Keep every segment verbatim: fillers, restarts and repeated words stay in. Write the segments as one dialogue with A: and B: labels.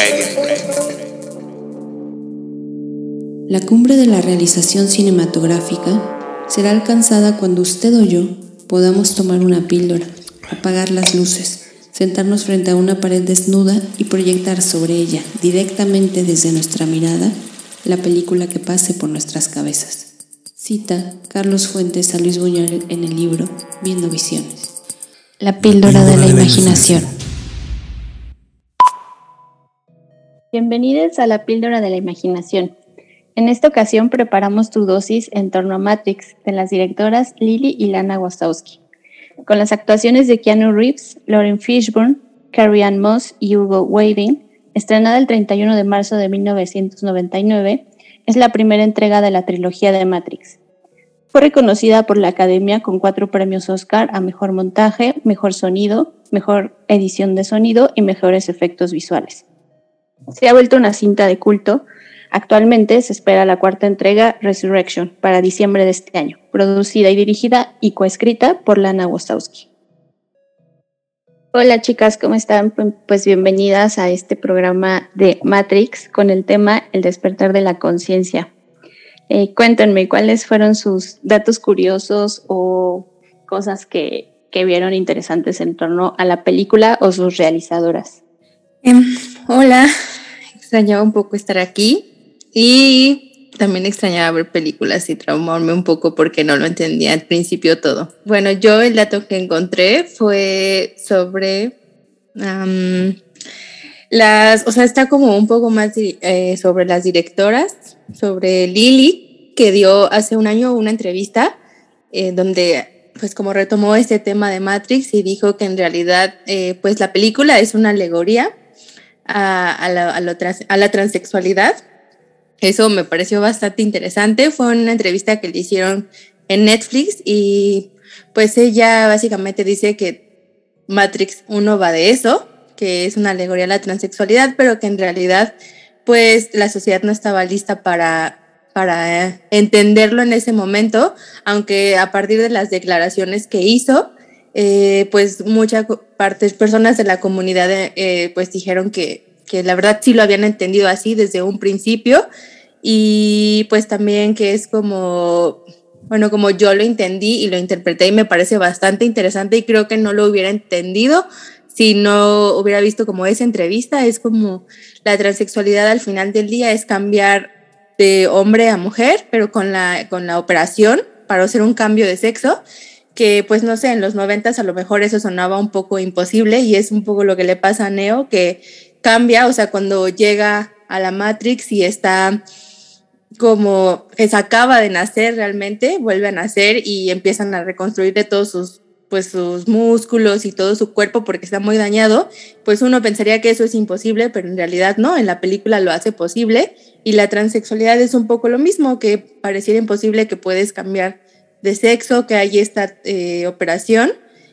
A: La cumbre de la realización cinematográfica será alcanzada cuando usted o yo podamos tomar una píldora, apagar las luces, sentarnos frente a una pared desnuda y proyectar sobre ella, directamente desde nuestra mirada, la película que pase por nuestras cabezas. Cita Carlos Fuentes a Luis Buñuel en el libro Viendo Visiones. La píldora de la imaginación.
B: Bienvenidos a la píldora de la imaginación. En esta ocasión preparamos tu dosis en torno a Matrix, de las directoras Lily y Lana Wachowski, con las actuaciones de Keanu Reeves, Lauren Fishburne, Carrie-Anne Moss y Hugo Weaving. Estrenada el treinta y uno de marzo de mil novecientos noventa y nueve, es la primera entrega de la trilogía de Matrix. Fue reconocida por la Academia con cuatro premios Oscar a Mejor Montaje, Mejor Sonido, Mejor Edición de Sonido y Mejores Efectos Visuales. Se ha vuelto una cinta de culto. Actualmente se espera la cuarta entrega, Resurrection, para diciembre de este año, producida y dirigida y coescrita por Lana Wachowski. Hola chicas, ¿cómo están? Pues bienvenidas a este programa de Matrix con el tema El despertar de la conciencia. Eh, cuéntenme, ¿cuáles fueron sus datos curiosos o cosas que, que vieron interesantes en torno a la película o sus realizadoras?
C: Eh, hola, extrañaba un poco estar aquí. Y también extrañaba ver películas y traumarme un poco porque no lo entendía al principio todo. Bueno, yo el dato que encontré fue sobre um, las, o sea, está como un poco más eh, sobre las directoras, sobre Lily, que dio hace un año una entrevista eh, donde pues como retomó este tema de Matrix y dijo que en realidad eh, pues la película es una alegoría a, a, la, a, lo trans, a la transexualidad. Eso me pareció bastante interesante. Fue una entrevista que le hicieron en Netflix y pues ella básicamente dice que Matrix uno va de eso, que es una alegoría a la transexualidad, pero que en realidad pues la sociedad no estaba lista para, para entenderlo en ese momento, aunque a partir de las declaraciones que hizo, eh, pues muchas partes, personas de la comunidad eh, pues dijeron que, que la verdad sí lo habían entendido así desde un principio. Y pues también que es como, bueno, como yo lo entendí y lo interpreté y me parece bastante interesante y creo que no lo hubiera entendido si no hubiera visto como esa entrevista. Es como la transexualidad al final del día es cambiar de hombre a mujer, pero con la, con la operación para hacer un cambio de sexo, que pues no sé, en los noventas a lo mejor eso sonaba un poco imposible y es un poco lo que le pasa a Neo, que cambia, o sea, cuando llega a la Matrix y está como que se acaba de nacer realmente, vuelve a nacer y empiezan a reconstruir de todos sus, pues, sus músculos y todo su cuerpo porque está muy dañado, pues uno pensaría que eso es imposible, pero en realidad no, en la película lo hace posible y la transexualidad es un poco lo mismo, que pareciera imposible que puedes cambiar de sexo, que hay esta eh, operación.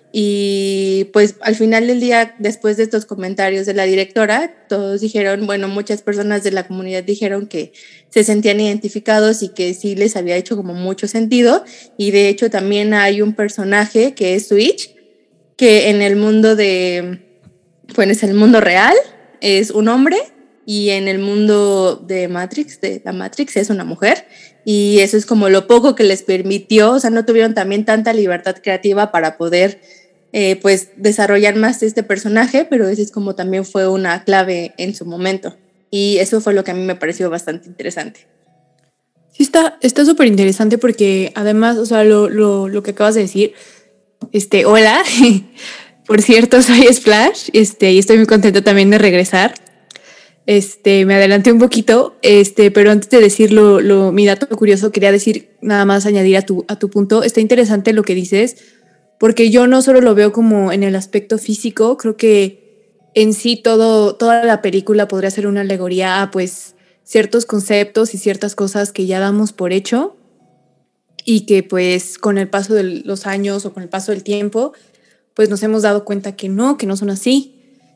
C: Y pues al final del día, después de estos comentarios de la directora, todos dijeron, bueno, muchas personas de la comunidad dijeron que se sentían identificados y que sí les había hecho como mucho sentido. Y de hecho también hay un personaje que es Switch, que en el mundo de, bueno, es el mundo real, es un hombre, y en el mundo de Matrix, de la Matrix, es una mujer. Y eso es como lo poco que les permitió, o sea, no tuvieron también tanta libertad creativa para poder Eh, pues desarrollar más este personaje, pero ese es como también fue una clave en su momento y eso fue lo que a mí me pareció bastante interesante.
D: Sí, está está súper interesante porque además, o sea, lo, lo, lo que acabas de decir, este, hola, por cierto, soy Splash, este, y estoy muy contenta también de regresar. Este, me adelanté un poquito, este, pero antes de decir lo, lo, mi dato curioso, quería decir nada más añadir a tu, a tu punto. Está interesante lo que dices, porque yo no solo lo veo como en el aspecto físico, creo que en sí todo, toda la película podría ser una alegoría a pues ciertos conceptos y ciertas cosas que ya damos por hecho y que pues con el paso de los años o con el paso del tiempo pues nos hemos dado cuenta que no, que no son así,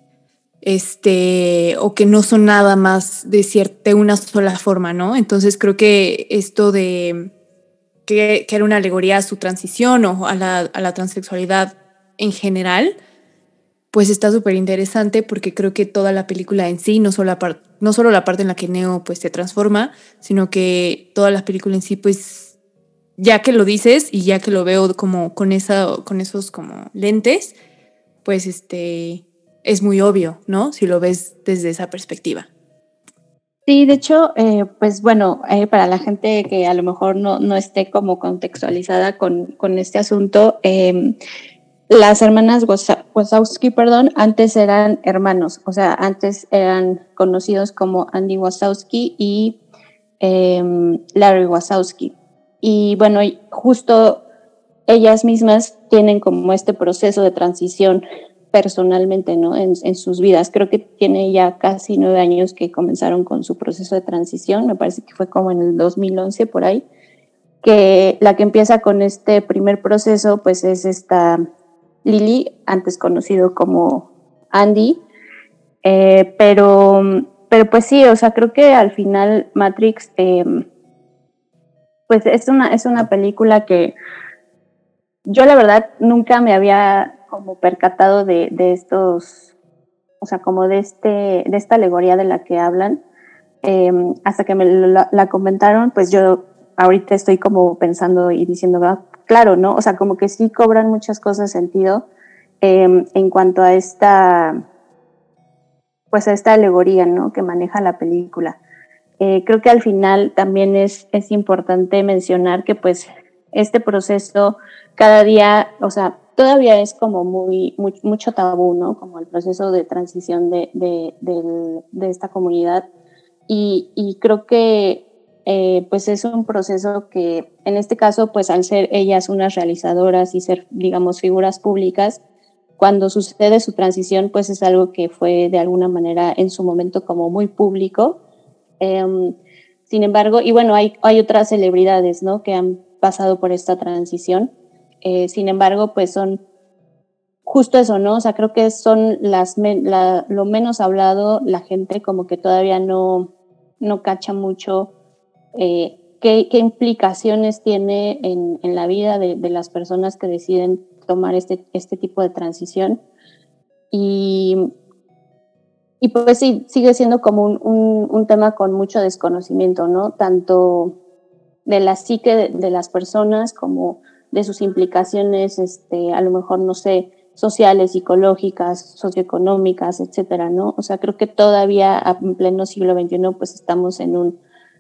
D: este, o que no son nada más de, cierta, de una sola forma, ¿no? Entonces creo que esto de que, que era una alegoría a su transición o a la, a la transexualidad en general, pues está súper interesante porque creo que toda la película en sí, no solo, la par- no solo la parte en la que Neo pues se transforma, sino que toda la película en sí, pues ya que lo dices y ya que lo veo como con, esa, con esos como lentes, pues este es muy obvio, ¿no? Si lo ves desde esa perspectiva.
B: Sí, de hecho, eh, pues bueno, eh, para la gente que a lo mejor no, no esté como contextualizada con, con este asunto, eh, las hermanas Wazowski, perdón, antes eran hermanos, o sea, antes eran conocidos como Andy Wazowski y eh, Larry Wazowski. Y bueno, justo ellas mismas tienen como este proceso de transición personalmente, ¿no? En, en sus vidas. Creo que tiene ya casi nueve años que comenzaron con su proceso de transición, me parece que fue como en el dos mil once por ahí, que la que empieza con este primer proceso pues es esta Lily, antes conocido como Andy, eh, pero, pero pues sí, o sea, creo que al final Matrix eh, pues es una, es una película que yo la verdad nunca me había como percatado de, de estos, o sea, como de, este, de esta alegoría de la que hablan, eh, hasta que me la, la comentaron, pues yo ahorita estoy como pensando y diciendo, ah, claro, ¿no? O sea, como que sí cobran muchas cosas sentido eh, en cuanto a esta, pues a esta alegoría, ¿no? Que maneja la película. Eh, creo que al final también es, es importante mencionar que pues este proceso cada día, o sea, todavía es como muy, muy mucho tabú, ¿no? Como el proceso de transición de, de, de, de esta comunidad. Y, y creo que eh, pues es un proceso que en este caso, pues al ser ellas unas realizadoras y ser, digamos, figuras públicas, cuando sucede su transición, pues es algo que fue de alguna manera en su momento como muy público. Um, sin embargo, y bueno, hay, hay otras celebridades, ¿no? Que han pasado por esta transición. Eh, sin embargo, pues son justo eso, ¿no? O sea, creo que son las la, lo menos hablado, la gente como que todavía no, no cacha mucho eh, qué, qué implicaciones tiene en, en la vida de, de las personas que deciden tomar este, este tipo de transición. Y Y pues sí, sigue siendo como un, un, un tema con mucho desconocimiento, ¿no? Tanto de la psique de, de las personas como de sus implicaciones, este, a lo mejor, no sé, sociales, psicológicas, socioeconómicas, etcétera, ¿no? O sea, creo que todavía en pleno siglo veintiuno pues estamos en un,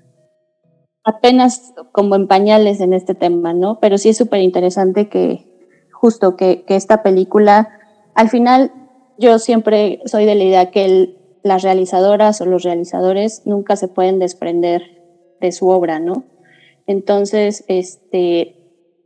B: apenas como en pañales en este tema, ¿no? Pero sí es súper interesante que justo que, que esta película, al final yo siempre soy de la idea que el, las realizadoras o los realizadores nunca se pueden desprender de su obra, ¿no? Entonces, este,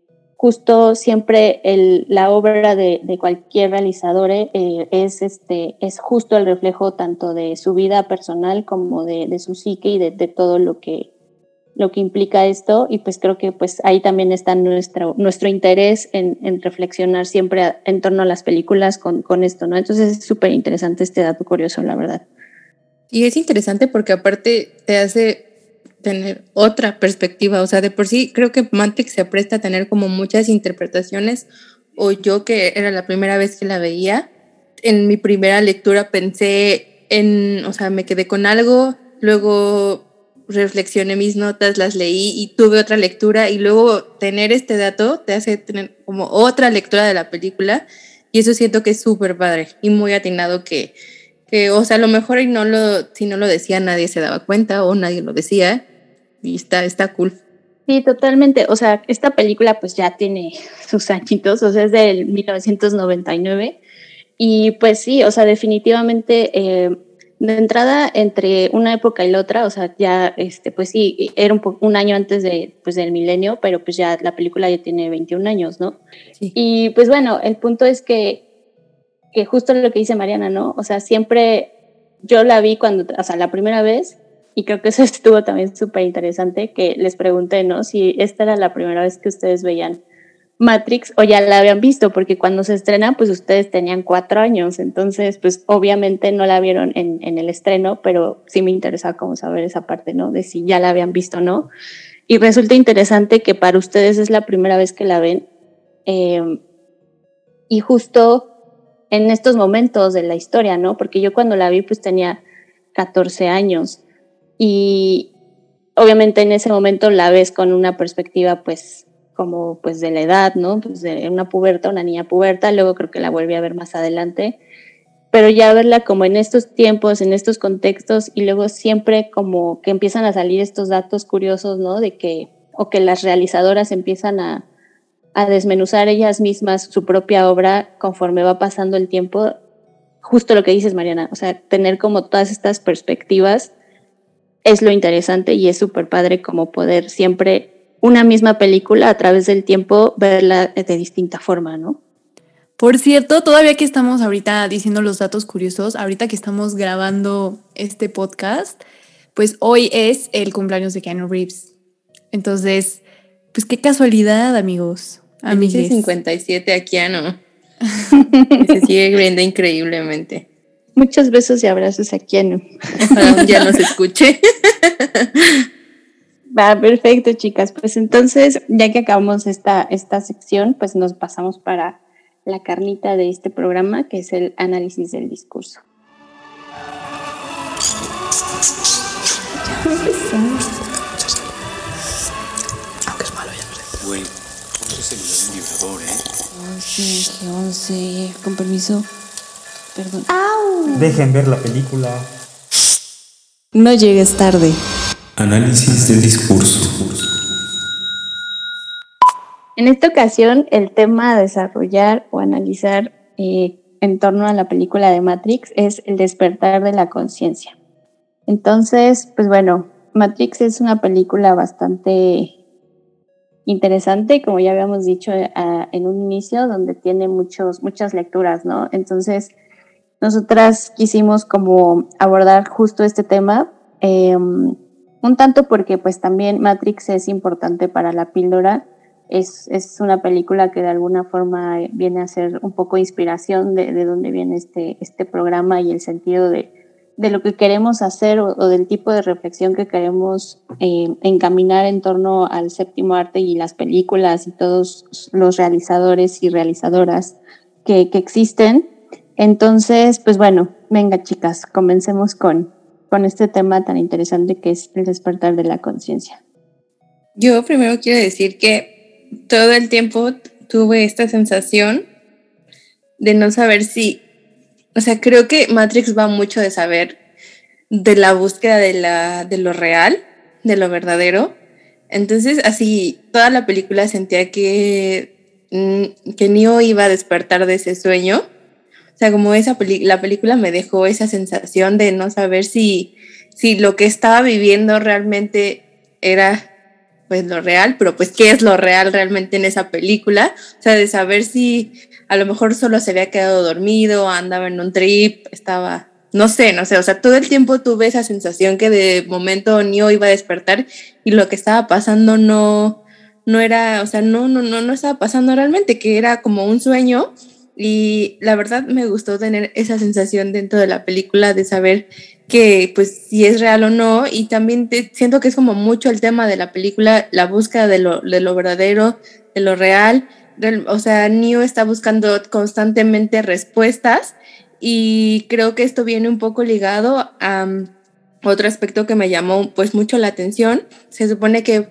B: justo siempre el, la obra de, de cualquier realizador eh, es, este, es justo el reflejo tanto de su vida personal como de, de su psique y de, de todo lo que, lo que implica esto, y pues creo que pues ahí también está nuestro, nuestro interés en, en reflexionar siempre a, en torno a las películas con, con esto, ¿no? Entonces es súper interesante este dato curioso, la verdad.
C: Y es interesante porque aparte te hace tener otra perspectiva, o sea, de por sí creo que Matrix se presta a tener como muchas interpretaciones, o yo que era la primera vez que la veía, en mi primera lectura pensé en, o sea, me quedé con algo, luego reflexioné mis notas, las leí y tuve otra lectura, y luego tener este dato te hace tener como otra lectura de la película, y eso siento que es súper padre y muy atinado que, que, o sea, a lo mejor y no lo, si no lo decía nadie se daba cuenta o nadie lo decía, y está, está cool.
B: Sí, totalmente. O sea, esta película pues ya tiene sus añitos, o sea, es del mil novecientos noventa y nueve. Y pues sí, o sea, definitivamente eh, de entrada entre una época y la otra, o sea, ya, este, pues sí, era un, un año antes de, pues, del milenio, pero pues ya la película ya tiene veintiún años, ¿no?
C: Sí.
B: Y pues bueno, el punto es que, que justo lo que dice Mariana, ¿no? O sea, siempre yo la vi cuando, o sea, la primera vez, y creo que eso estuvo también súper interesante, que les pregunté, ¿no? Si esta era la primera vez que ustedes veían Matrix o ya la habían visto, porque cuando se estrena, pues ustedes tenían cuatro años, entonces, pues obviamente no la vieron en, en el estreno, pero sí me interesaba como saber esa parte, ¿no? De si ya la habían visto o no. Y resulta interesante que para ustedes es la primera vez que la ven, eh, y justo en estos momentos de la historia, ¿no? Porque yo cuando la vi pues tenía catorce años y obviamente en ese momento la ves con una perspectiva pues como pues de la edad, ¿no? Pues de una puberta, una niña puberta, luego creo que la volví a ver más adelante, pero ya verla como en estos tiempos, en estos contextos y luego siempre como que empiezan a salir estos datos curiosos, ¿no? De que, o que las realizadoras empiezan a, a desmenuzar ellas mismas su propia obra conforme va pasando el tiempo, justo lo que dices, Mariana, o sea, tener como todas estas perspectivas es lo interesante y es súper padre como poder siempre una misma película a través del tiempo verla de distinta forma, ¿no?
D: Por cierto, todavía que estamos ahorita diciendo los datos curiosos, ahorita que estamos grabando este podcast, pues hoy es el cumpleaños de Keanu Reeves. Entonces, pues qué casualidad, amigos.
C: Felices cincuenta y siete a Keanu. Se sigue viendo increíblemente.
B: Muchos besos y abrazos a Keanu.
C: Ojalá un día nos escuche.
B: Va, perfecto, chicas. Pues entonces, ya que acabamos esta, esta sección, pues nos pasamos para la carnita de este programa, que es el análisis del discurso. Ya empezamos.
E: Aunque es malo, ya lo sé. Güey, pon tu celular en vibrador, ¿eh?
A: once, que once, con permiso. Perdón.
B: ¡Au!
F: Dejen ver la película.
A: No llegues tarde.
E: Análisis del discurso.
B: En esta ocasión, el tema a desarrollar o analizar eh, en torno a la película de Matrix es el despertar de la conciencia. Entonces, pues bueno, Matrix es una película bastante interesante, como ya habíamos dicho eh, en un inicio, donde tiene muchos, muchas lecturas, ¿no? Entonces, nosotras quisimos como abordar justo este tema, eh, un tanto porque pues también Matrix es importante para la píldora. Es, es una película que de alguna forma viene a ser un poco inspiración de, de dónde viene este, este programa y el sentido de, de lo que queremos hacer o, o del tipo de reflexión que queremos eh, encaminar en torno al séptimo arte y las películas y todos los realizadores y realizadoras que, que existen. Entonces, pues bueno, venga chicas, comencemos con, con este tema tan interesante que es el despertar de la conciencia.
C: Yo primero quiero decir que todo el tiempo tuve esta sensación de no saber si, o sea, creo que Matrix va mucho de saber de la búsqueda de, la, de lo real, de lo verdadero. Entonces, así, toda la película sentía que, que Neo iba a despertar de ese sueño. O sea, como esa peli- la película me dejó esa sensación de no saber si, si lo que estaba viviendo realmente era pues lo real, pero pues qué es lo real realmente en esa película, o sea, de saber si a lo mejor solo se había quedado dormido, andaba en un trip, estaba, no sé, no sé, o sea, todo el tiempo tuve esa sensación que de momento Neo iba a despertar y lo que estaba pasando no, no era, o sea, no, no, no, no estaba pasando realmente, que era como un sueño. Y la verdad me gustó tener esa sensación dentro de la película de saber que pues si es real o no, y también te, siento que es como mucho el tema de la película, la búsqueda de lo, de lo verdadero, de lo real. Del, o sea, Neo está buscando constantemente respuestas y creo que esto viene un poco ligado a um, otro aspecto que me llamó pues mucho la atención. Se supone que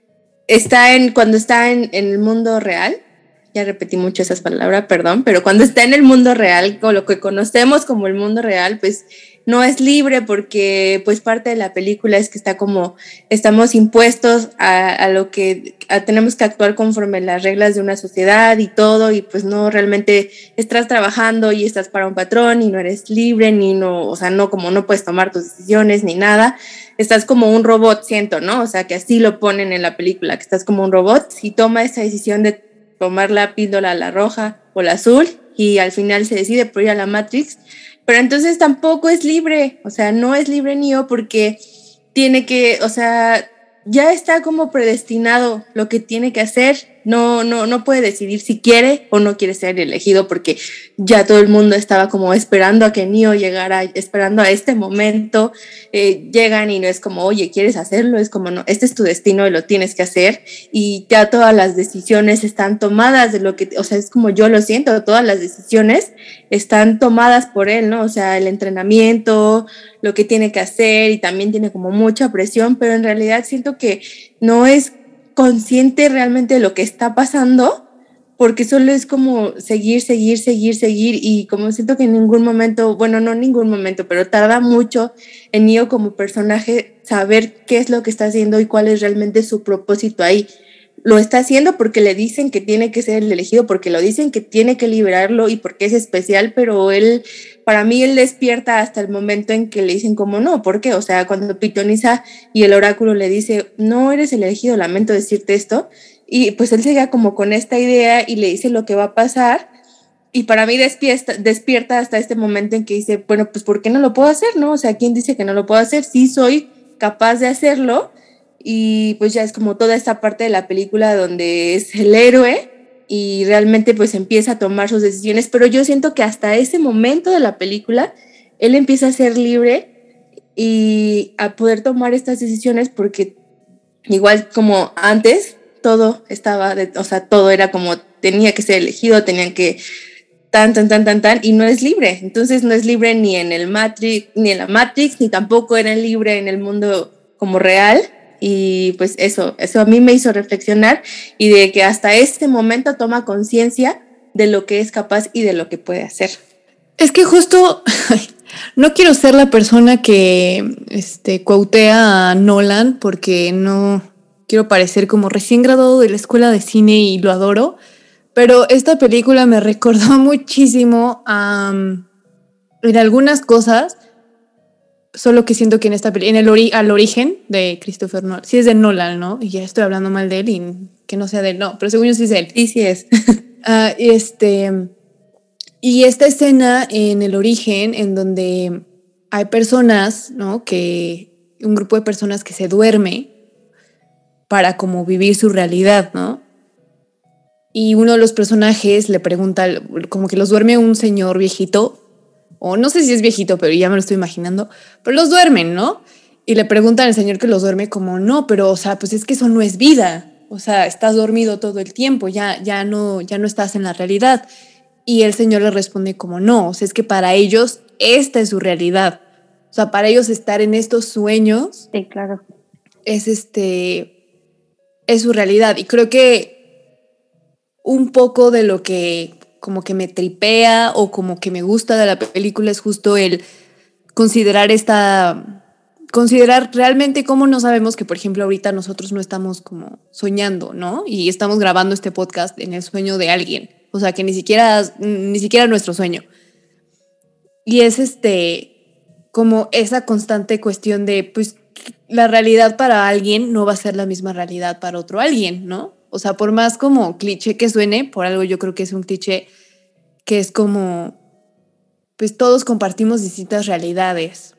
C: está en, cuando está en, en el mundo real, ya repetí mucho esas palabras, perdón, pero cuando está en el mundo real, o lo que conocemos como el mundo real, pues no es libre porque pues parte de la película es que está como, estamos impuestos a, a lo que, a, tenemos que actuar conforme las reglas de una sociedad y todo, y pues no, realmente estás trabajando y estás para un patrón y no eres libre, ni no, o sea, no, como no puedes tomar tus decisiones ni nada, estás como un robot, siento, ¿no? O sea, que así lo ponen en la película, que estás como un robot y toma esa decisión de tomar la píldora, la roja o la azul, y al final se decide por ir a la Matrix, pero entonces tampoco es libre, o sea, no es libre Neo porque tiene que, o sea, ya está como predestinado lo que tiene que hacer, no, no, no puede decidir si quiere o no quiere ser elegido, porque ya todo el mundo estaba como esperando a que Neo llegara, esperando a este momento. Eh, llegan y no es como, oye, ¿quieres hacerlo? Es como, no, este es tu destino y lo tienes que hacer, y ya todas las decisiones están tomadas de lo que, o sea, es como yo lo siento, todas las decisiones están tomadas por él, ¿no? O sea, el entrenamiento, lo que tiene que hacer, y también tiene como mucha presión, pero en realidad siento que no es consciente realmente de lo que está pasando, porque solo es como seguir, seguir, seguir, seguir, y como siento que en ningún momento, bueno, no en ningún momento, pero tarda mucho en Neo como personaje saber qué es lo que está haciendo y cuál es realmente su propósito ahí. Lo está haciendo porque le dicen que tiene que ser el elegido, porque lo dicen que tiene que liberarlo y porque es especial, pero él, para mí, él despierta hasta el momento en que le dicen como no, ¿por qué? O sea, cuando Pitonisa y el oráculo le dice, no eres el elegido, lamento decirte esto, y pues él se queda como con esta idea y le dice lo que va a pasar, y para mí despierta, despierta hasta este momento en que dice, bueno, pues ¿por qué no lo puedo hacer, no? O sea, ¿quién dice que no lo puedo hacer? Sí soy capaz de hacerlo. Y pues ya es como toda esta parte de la película donde es el héroe y realmente pues empieza a tomar sus decisiones, pero yo siento que hasta ese momento de la película él empieza a ser libre y a poder tomar estas decisiones, porque igual como antes todo estaba, de, o sea, todo era como tenía que ser elegido, tenían que tan, tan, tan, tan, tan, y no es libre. Entonces no es libre ni en el Matrix, ni en la Matrix, ni tampoco era libre en el mundo como real. Y pues eso, eso a mí me hizo reflexionar, y de que hasta este momento toma conciencia de lo que es capaz y de lo que puede hacer.
D: Es que justo no quiero ser la persona que este, cuautea a Nolan, porque no quiero parecer como recién graduado de la escuela de cine y lo adoro, pero esta película me recordó muchísimo a, um, en algunas cosas. Solo que siento que en esta película, en el ori- al origen de Christopher Nolan, sí es de Nolan, ¿no? Y ya estoy hablando mal de él y que no sea de él, no, pero según yo sí es de él.
C: Sí, sí es.
D: uh, este, y esta escena en el origen, en donde hay personas, ¿no? Que un grupo de personas que se duerme para como vivir su realidad, ¿no? Y uno de los personajes le pregunta, como que los duerme un señor viejito, o no sé si es viejito, pero ya me lo estoy imaginando, pero los duermen, ¿no? Y le preguntan al señor que los duerme como, no, pero, o sea, pues es que eso no es vida. O sea, estás dormido todo el tiempo, ya, ya, no, ya no estás en la realidad. Y el señor le responde como, no, o sea, es que para ellos esta es su realidad. O sea, para ellos estar en estos sueños,
B: sí, claro,
D: es, este, es su realidad. Y creo que un poco de lo que como que me tripea o como que me gusta de la película es justo el considerar esta, considerar realmente cómo no sabemos que, por ejemplo, ahorita nosotros no estamos como soñando, ¿no? Y estamos grabando este podcast en el sueño de alguien, o sea, que ni siquiera, ni siquiera nuestro sueño. Y es este, como esa constante cuestión de, pues, la realidad para alguien no va a ser la misma realidad para otro alguien, ¿no? O sea, por más como cliché que suene, por algo yo creo que es un cliché que es como, pues todos compartimos distintas realidades.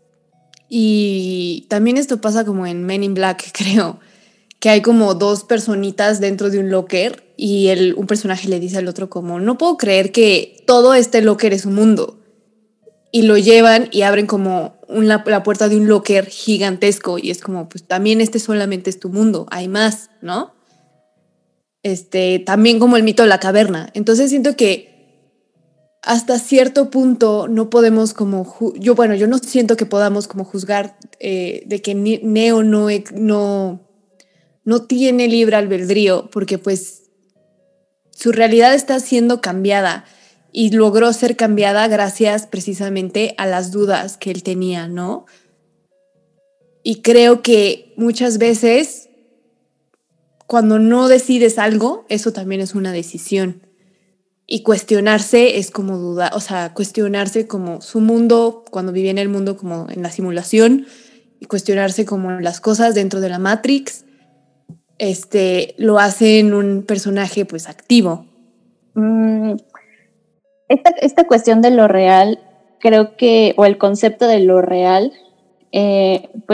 D: Y también esto pasa como en Men in Black, creo, que hay como dos personitas dentro de un locker y el, un personaje le dice al otro como, no puedo creer que todo este locker es un mundo. Y lo llevan y abren como una, la puerta de un locker gigantesco y es como, pues también este solamente es tu mundo, hay más, ¿no? Este, también como el mito de la caverna. Entonces siento que hasta cierto punto no podemos como, ju- yo bueno, yo no siento que podamos como juzgar eh, de que Neo no, no, no tiene libre albedrío, porque pues su realidad está siendo cambiada y logró ser cambiada gracias precisamente a las dudas que él tenía, ¿no? Y creo que muchas veces cuando no decides algo, eso también es una decisión. Y cuestionarse es como dudar, o sea, cuestionarse como su mundo, cuando vivía en el mundo como en la simulación, y cuestionarse como las cosas dentro de la Matrix, este, lo hace en un personaje pues activo.
B: Mm, esta, esta cuestión de lo real, creo que, o el concepto de lo real, eh, pues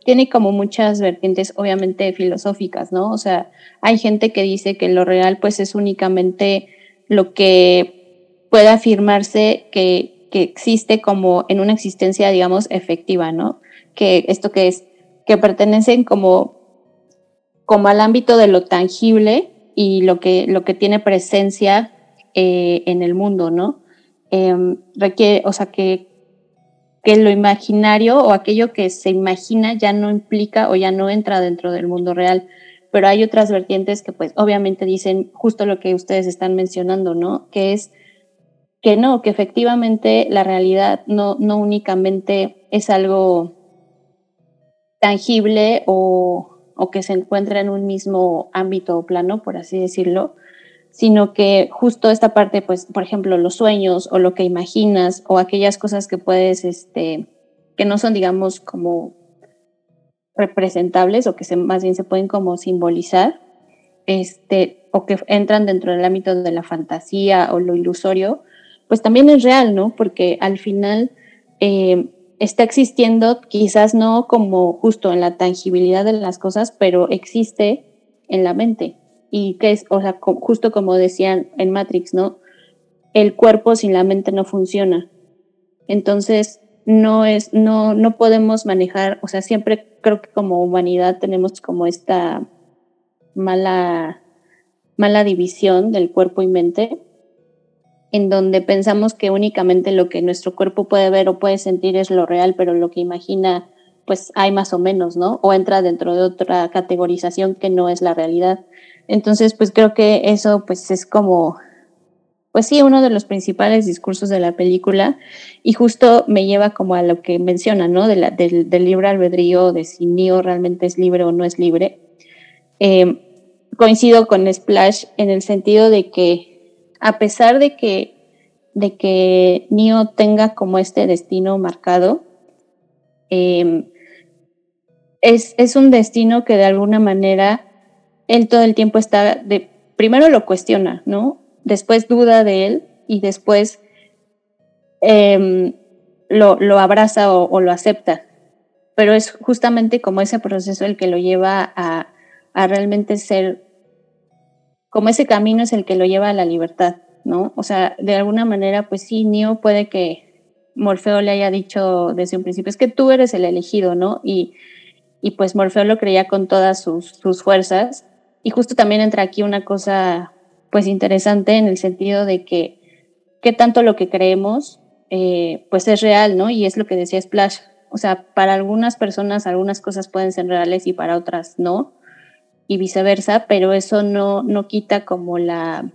B: tiene como muchas vertientes, obviamente filosóficas, ¿no? O sea, hay gente que dice que lo real pues es únicamente lo que puede afirmarse que, que existe como en una existencia, digamos, efectiva, ¿no? Que esto que es, que pertenecen como, como al ámbito de lo tangible y lo que, lo que tiene presencia eh, en el mundo, ¿no? Eh, requiere, o sea, que que lo imaginario o aquello que se imagina ya no implica o ya no entra dentro del mundo real. Pero hay otras vertientes que pues obviamente dicen justo lo que ustedes están mencionando, ¿no? Que es que no, que efectivamente la realidad no, no únicamente es algo tangible o, o que se encuentra en un mismo ámbito o plano, por así decirlo, sino que justo esta parte, pues, por ejemplo, los sueños o lo que imaginas o aquellas cosas que puedes, este, que no son, digamos, como representables o que se, más bien se pueden como simbolizar, este, o que entran dentro del ámbito de la fantasía o lo ilusorio, pues también es real, ¿no? Porque al final eh, está existiendo, quizás no como justo en la tangibilidad de las cosas, pero existe en la mente. Y que es, o sea, justo como decían en Matrix, ¿no? El cuerpo sin la mente no funciona. Entonces, no es, no, no podemos manejar, o sea, siempre creo que como humanidad tenemos como esta mala, mala división del cuerpo y mente, en donde pensamos que únicamente lo que nuestro cuerpo puede ver o puede sentir es lo real, pero lo que imagina, pues hay más o menos, ¿no? O entra dentro de otra categorización que no es la realidad. Entonces, pues creo que eso pues es como, pues sí, uno de los principales discursos de la película y justo me lleva como a lo que menciona, ¿no? De la, del, del libre albedrío, de si Neo realmente es libre o no es libre. Eh, coincido con Splash en el sentido de que a pesar de que, de que Neo tenga como este destino marcado, eh, es, es un destino que de alguna manera él todo el tiempo está, de, primero lo cuestiona, ¿no? Después duda de él y después eh, lo, lo abraza o, o lo acepta. Pero es justamente como ese proceso el que lo lleva a, a realmente ser, como ese camino es el que lo lleva a la libertad, ¿no? O sea, de alguna manera, pues sí, Neo puede que Morfeo le haya dicho desde un principio, es que tú eres el elegido, ¿no? Y, y pues Morfeo lo creía con todas sus, sus fuerzas. Y justo también entra aquí una cosa pues interesante en el sentido de que qué tanto lo que creemos eh, pues es real, ¿no? Y es lo que decía Splash. O sea, para algunas personas algunas cosas pueden ser reales y para otras no, y viceversa, pero eso no, no quita como la...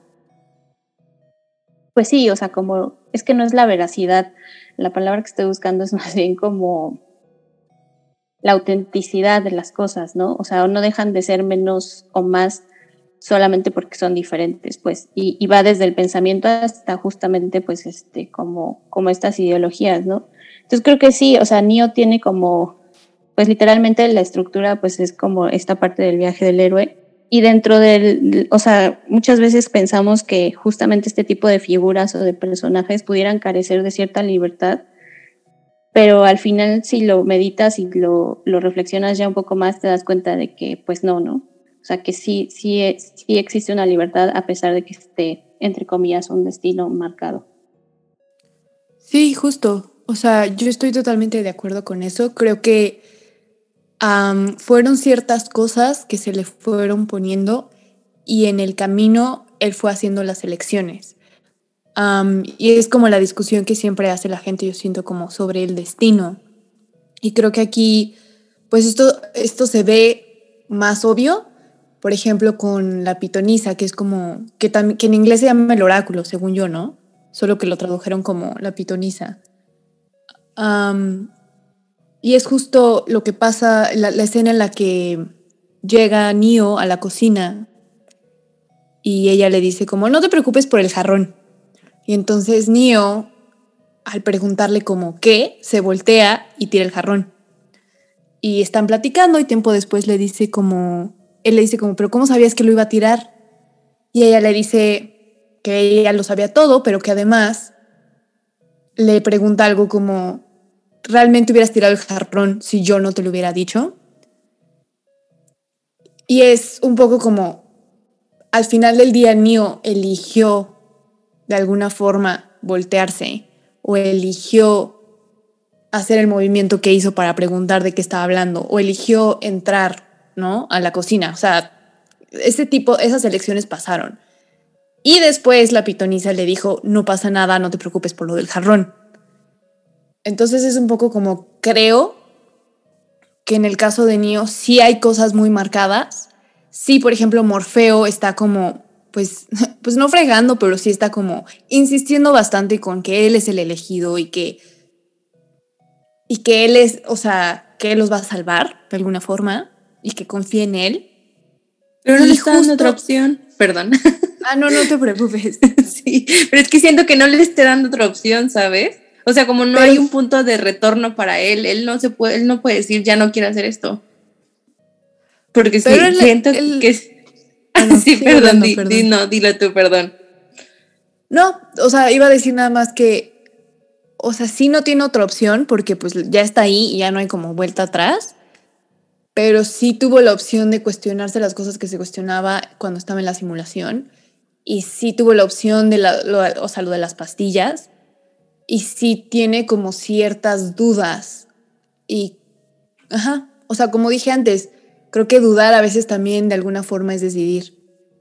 B: Pues sí, o sea, como... Es que no es la veracidad, la palabra que estoy buscando es más bien como la autenticidad de las cosas, ¿no? O sea, no dejan de ser menos o más solamente porque son diferentes, pues, y, y va desde el pensamiento hasta justamente, pues, este, como, como estas ideologías, ¿no? Entonces creo que sí, o sea, Neo tiene como, pues, literalmente la estructura, pues, es como esta parte del viaje del héroe, y dentro del, o sea, muchas veces pensamos que justamente este tipo de figuras o de personajes pudieran carecer de cierta libertad, pero al final si lo meditas y lo, lo reflexionas ya un poco más, te das cuenta de que pues no, ¿no? O sea que sí, sí, sí existe una libertad a pesar de que esté, entre comillas, un destino marcado.
D: Sí, justo. O sea, yo estoy totalmente de acuerdo con eso. Creo que um, fueron ciertas cosas que se le fueron poniendo y en el camino él fue haciendo las elecciones. Um, y es como la discusión que siempre hace la gente, yo siento, como sobre el destino. Y creo que aquí, pues esto, esto se ve más obvio, por ejemplo, con la pitonisa, que es como, que, tam- que en inglés se llama el oráculo, según yo, ¿no? Solo que lo tradujeron como la pitonisa. Um, y es justo lo que pasa, la, la escena en la que llega Neo a la cocina y ella le dice como, no te preocupes por el jarrón. Y entonces Neo, al preguntarle como qué, se voltea y tira el jarrón. Y están platicando y tiempo después le dice como, él le dice como, pero ¿cómo sabías que lo iba a tirar? Y ella le dice que ella lo sabía todo, pero que además le pregunta algo como, ¿realmente hubieras tirado el jarrón si yo no te lo hubiera dicho? Y es un poco como, al final del día, Neo eligió de alguna forma voltearse o eligió hacer el movimiento que hizo para preguntar de qué estaba hablando o eligió entrar, ¿no?, a la cocina. O sea, ese tipo, esas elecciones pasaron. Y después la pitonisa le dijo, no pasa nada, no te preocupes por lo del jarrón. Entonces es un poco como, creo que en el caso de Neo sí hay cosas muy marcadas. Sí, por ejemplo, Morfeo está como, pues, pues no fregando, pero sí está como insistiendo bastante con que él es el elegido y que, y que él es, o sea, que él los va a salvar de alguna forma y que confíe en él.
C: Pero no
D: y
C: le está dando
D: justo...
C: otra opción. Perdón.
D: Ah, no, no te preocupes.
C: Sí, pero es que siento que no le esté dando otra opción, ¿sabes? O sea, como no
D: Pero...
C: hay un punto de retorno para él, él no se puede, él no puede decir ya no quiero hacer esto. Porque sí,
D: Pero él,
C: siento
D: él...
C: que
D: Ah, no,
C: sí,
D: sigue
C: perdón,
D: hablando,
C: di,
D: perdón.
C: di, no, dilo tú, perdón.
D: No, o sea, iba a decir nada más que, o sea, sí no tiene otra opción porque pues ya está ahí y ya no hay como vuelta atrás, pero sí tuvo la opción de cuestionarse las cosas que se cuestionaba cuando estaba en la simulación y sí tuvo la opción de la, lo, o sea, lo de las pastillas y sí tiene como ciertas dudas y, ajá, o sea, como dije antes, creo que dudar a veces también de alguna forma es decidir.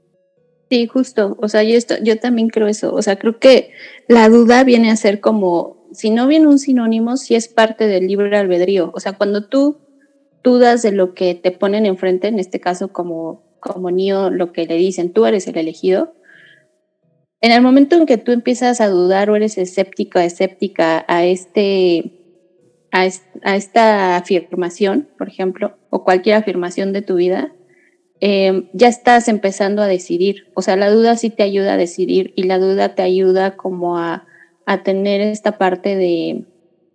B: Sí, justo, o sea, yo, esto, yo también creo eso, o sea, creo que la duda viene a ser como, si no viene un sinónimo, sí es parte del libre albedrío, o sea, cuando tú dudas de lo que te ponen enfrente, en este caso como, como Neo, lo que le dicen, tú eres el elegido, en el momento en que tú empiezas a dudar o eres escéptico, escéptica a, este, a, est, a esta afirmación, por ejemplo, o cualquier afirmación de tu vida, Eh, ya estás empezando a decidir, o sea, la duda sí te ayuda a decidir y la duda te ayuda como a, a tener esta parte de,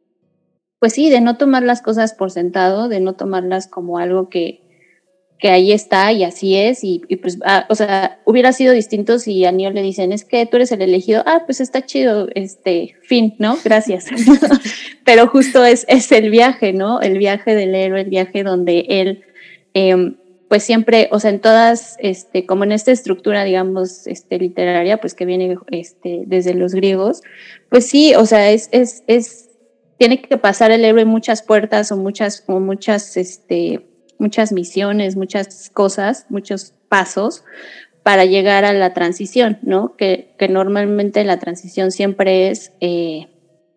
B: pues sí, de no tomar las cosas por sentado, de no tomarlas como algo que, que ahí está y así es y, y pues, ah, o sea, hubiera sido distinto si a Neo le dicen, es que tú eres el elegido, ah, pues está chido, este, fin, ¿no? Gracias. Pero justo es, es el viaje, ¿no? El viaje del héroe, el viaje donde él... Eh, pues siempre, o sea, en todas, este, como en esta estructura, digamos, este, literaria, pues que viene este, desde los griegos, pues sí, o sea, es, es, es, tiene que pasar el héroe muchas puertas o muchas, o muchas, este, muchas misiones, muchas cosas, muchos pasos para llegar a la transición, ¿no? Que, que normalmente la transición siempre es eh,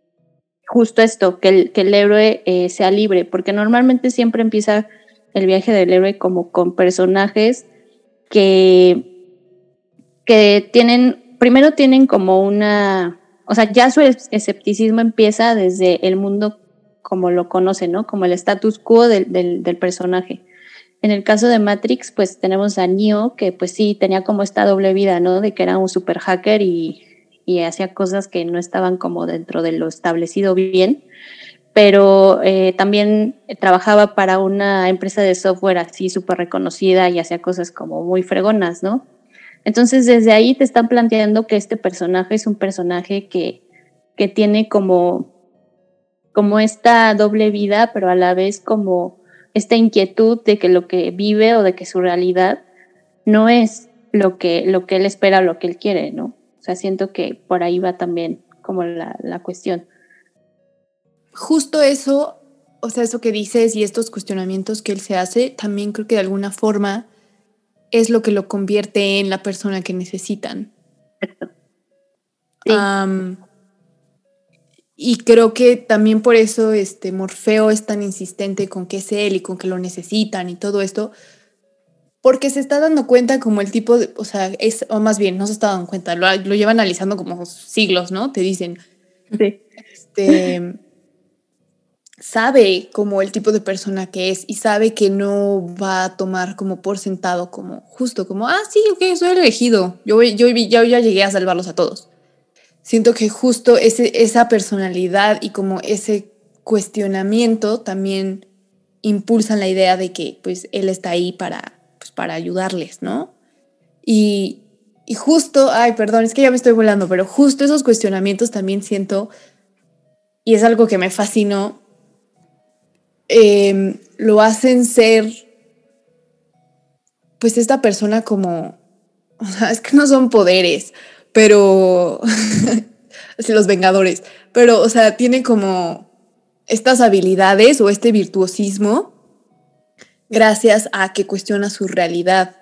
B: justo esto, que el, que el héroe eh, sea libre, porque normalmente siempre empieza el viaje del héroe como con personajes que, que tienen, primero tienen como una, o sea, ya su escepticismo empieza desde el mundo como lo conoce, ¿no? Como el status quo del, del, del personaje. En el caso de Matrix, pues tenemos a Neo, que pues sí, tenía como esta doble vida, ¿no? De que era un super hacker y, y hacía cosas que no estaban como dentro de lo establecido bien, pero eh, también trabajaba para una empresa de software así súper reconocida y hacía cosas como muy fregonas, ¿no? Entonces desde ahí te están planteando que este personaje es un personaje que, que tiene como, como esta doble vida, pero a la vez como esta inquietud de que lo que vive o de que su realidad no es lo que, lo que él espera o lo que él quiere, ¿no? O sea, siento que por ahí va también como la, la cuestión.
D: Justo eso, o sea, eso que dices y estos cuestionamientos que él se hace, también creo que de alguna forma es lo que lo convierte en la persona que necesitan.
B: Sí.
D: Um, y creo que también por eso este Morfeo es tan insistente con que es él y con que lo necesitan y todo esto, porque se está dando cuenta como el tipo de, o sea, es, o más bien, no se está dando cuenta, lo, lo lleva analizando como siglos, ¿no? Te dicen,
B: Sí.
D: este... sabe como el tipo de persona que es y sabe que no va a tomar como por sentado como justo como, ah, sí, ok, soy el elegido, yo, yo, yo ya llegué a salvarlos a todos. Siento que justo ese, esa personalidad y como ese cuestionamiento también impulsan la idea de que pues él está ahí para, pues, para ayudarles, ¿no? Y, y justo, ay, perdón, es que ya me estoy volando, pero justo esos cuestionamientos también siento, y es algo que me fascinó, Eh, lo hacen ser pues esta persona como, o sea, es que no son poderes, pero los Vengadores, pero, o sea, tiene como estas habilidades o este virtuosismo gracias a que cuestiona su realidad.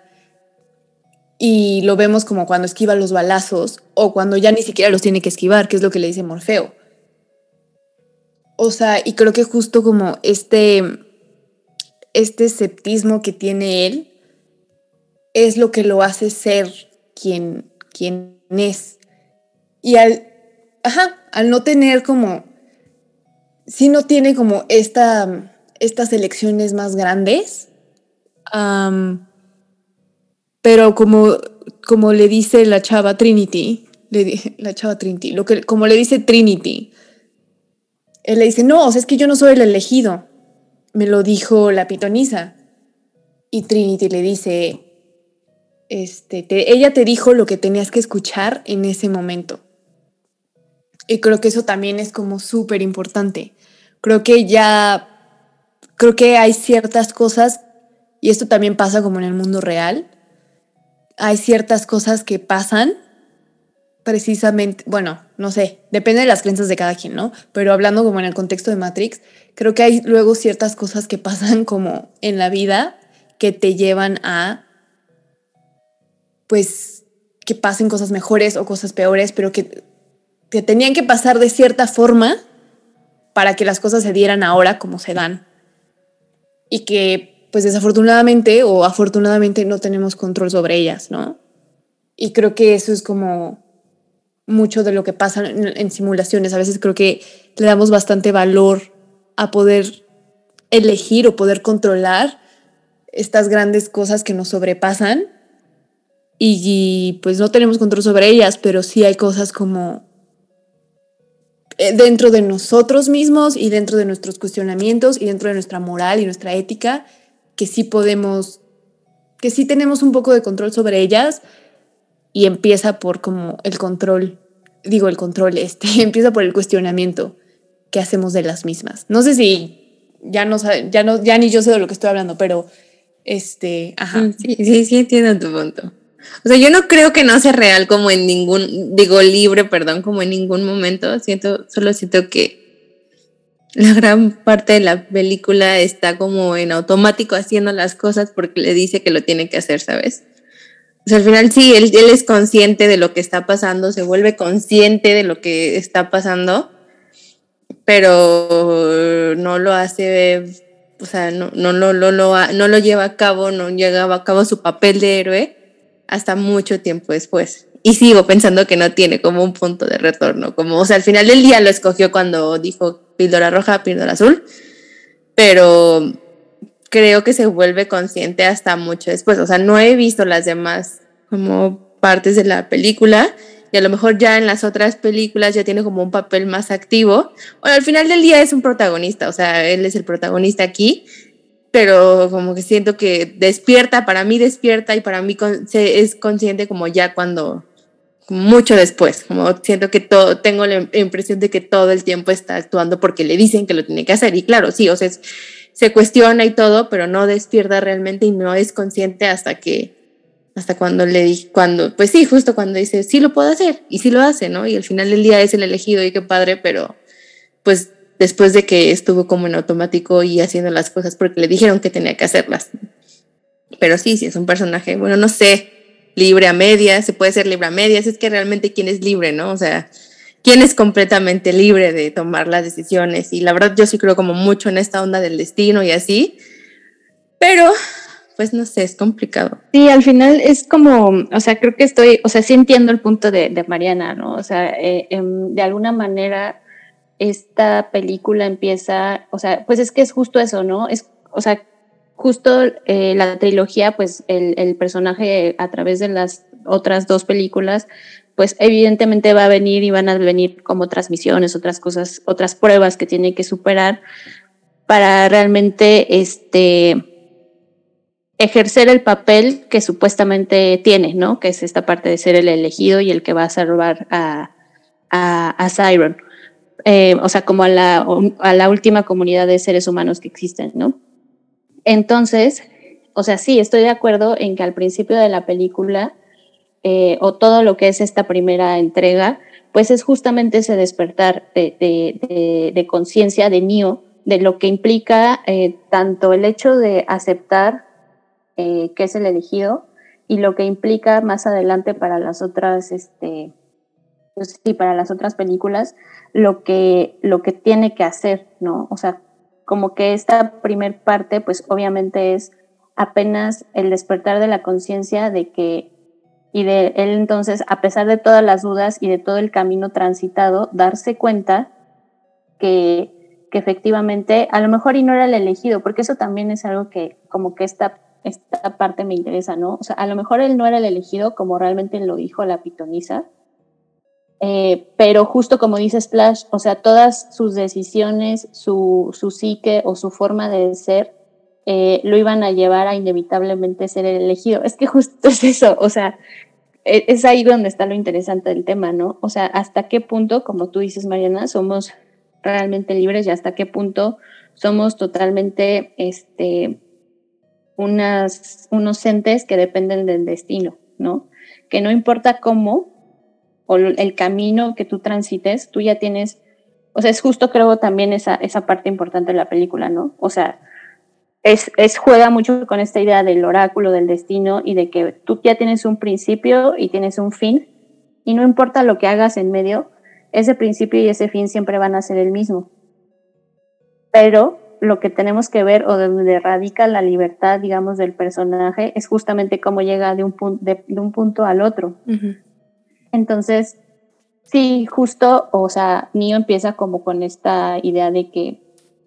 D: Y lo vemos como cuando esquiva los balazos o cuando ya ni siquiera los tiene que esquivar, que es lo que le dice Morfeo. O sea, y creo que justo como este, este escepticismo que tiene él es lo que lo hace ser quien, quien es. Y al, ajá, al no tener como, sí no tiene como esta, estas elecciones más grandes, um, pero como, como le dice la chava Trinity, le, la chava Trinity, lo que, como le dice Trinity, él le dice, no, o sea, es que yo no soy el elegido, me lo dijo la pitonisa. Y Trinity le dice, este, te, ella te dijo lo que tenías que escuchar en ese momento. Y creo que eso también es como súper importante. Creo que ya, creo que hay ciertas cosas, y esto también pasa como en el mundo real, hay ciertas cosas que pasan precisamente, bueno, no sé, depende de las creencias de cada quien, ¿no? Pero hablando como en el contexto de Matrix, creo que hay luego ciertas cosas que pasan como en la vida que te llevan a, pues, que pasen cosas mejores o cosas peores, pero que, que tenían que pasar de cierta forma para que las cosas se dieran ahora como se dan. Y que, pues, desafortunadamente o afortunadamente no tenemos control sobre ellas, ¿no? Y creo que eso es como mucho de lo que pasa en, en simulaciones. A veces creo que le damos bastante valor a poder elegir o poder controlar estas grandes cosas que nos sobrepasan y, y pues no tenemos control sobre ellas, pero sí hay cosas como dentro de nosotros mismos y dentro de nuestros cuestionamientos y dentro de nuestra moral y nuestra ética que sí podemos, que sí tenemos un poco de control sobre ellas. Y empieza por como el control, digo el control, este, empieza por el cuestionamiento que hacemos de las mismas. No sé si ya no, ya no, ya ni yo sé de lo que estoy hablando, pero este, ajá.
C: Sí, sí, sí entiendo tu punto. O sea, yo no creo que no sea real como en ningún, digo libre, perdón, como en ningún momento. Siento, solo siento que la gran parte de la película está como en automático haciendo las cosas porque le dice que lo tiene que hacer, ¿sabes? O sea, al final sí, él, él es consciente de lo que está pasando, se vuelve consciente de lo que está pasando, pero no lo hace, o sea, no, no, no, no, no, no lo lleva a cabo, no lleva a cabo su papel de héroe hasta mucho tiempo después. Y sigo pensando que no tiene como un punto de retorno, como, o sea, al final del día lo escogió cuando dijo píldora roja, píldora azul, pero creo que se vuelve consciente hasta mucho después. O sea, no he visto las demás como partes de la película y a lo mejor ya en las otras películas ya tiene como un papel más activo. Bueno, al final del día es un protagonista, o sea, él es el protagonista aquí, pero como que siento que despierta, para mí despierta y para mí con, se, es consciente como ya cuando, mucho después, como siento que todo, tengo la impresión de que todo el tiempo está actuando porque le dicen que lo tiene que hacer y claro, sí, o sea, es, se cuestiona y todo, pero no despierta realmente y no es consciente hasta que, hasta cuando le dije, cuando, pues sí, justo cuando dice, sí lo puedo hacer, y sí lo hace, ¿no? Y al final del día es el elegido y qué padre, pero pues después de que estuvo como en automático y haciendo las cosas porque le dijeron que tenía que hacerlas. Pero sí, sí es un personaje, bueno, no sé, libre a medias, se puede ser libre a medias, es que realmente quién es libre, ¿no? O sea, quién es completamente libre de tomar las decisiones. Y la verdad yo sí creo como mucho en esta onda del destino y así, pero pues no sé, es complicado.
B: Sí, al final es como, o sea, creo que estoy, o sea, sí entiendo el punto de, de Mariana, ¿no? O sea, eh, eh, de alguna manera esta película empieza, o sea, pues es que es justo eso, ¿no? Es, o sea, justo eh, la trilogía, pues el, el personaje a través de las otras dos películas, pues evidentemente va a venir y van a venir como otras misiones, otras cosas, otras pruebas que tiene que superar para realmente este, ejercer el papel que supuestamente tiene, ¿no? Que es esta parte de ser el elegido y el que va a salvar a, a, a Siren. Eh, o sea, como a la, a la última comunidad de seres humanos que existen, ¿no? Entonces, O sea, sí, estoy de acuerdo en que al principio de la película, eh, o todo lo que es esta primera entrega, pues es justamente ese despertar de, de, de, de conciencia de Neo, de lo que implica eh, tanto el hecho de aceptar eh, que es el elegido y lo que implica más adelante para las otras, este, pues sí, para las otras películas, lo que, lo que tiene que hacer, ¿no? O sea, como que esta primer parte, pues obviamente es apenas el despertar de la conciencia de que, y de él entonces, a pesar de todas las dudas y de todo el camino transitado, darse cuenta que, que efectivamente, a lo mejor y no era el elegido, porque eso también es algo que como que esta, esta parte me interesa, ¿no? O sea, a lo mejor él no era el elegido como realmente lo dijo la pitonisa, eh, pero justo como dice Splash, o sea, todas sus decisiones, su, su psique o su forma de ser, eh, lo iban a llevar a inevitablemente ser el elegido. Es que justo es eso, o sea, es ahí donde está lo interesante del tema, ¿no? O sea, hasta qué punto, como tú dices, Mariana, somos realmente libres y hasta qué punto somos totalmente este, unas, unos entes que dependen del destino, ¿no? Que no importa cómo o el camino que tú transites, tú ya tienes, o sea, es justo creo también esa, esa parte importante de la película, ¿no? O sea, Es, es juega mucho con esta idea del oráculo, del destino y de que tú ya tienes un principio y tienes un fin y no importa lo que hagas en medio, ese principio y ese fin siempre van a ser el mismo. Pero lo que tenemos que ver o donde radica la libertad, digamos, del personaje es justamente cómo llega de un, pun- de, de un punto al otro. Uh-huh. Entonces, sí, justo, o sea, Neo empieza como con esta idea de que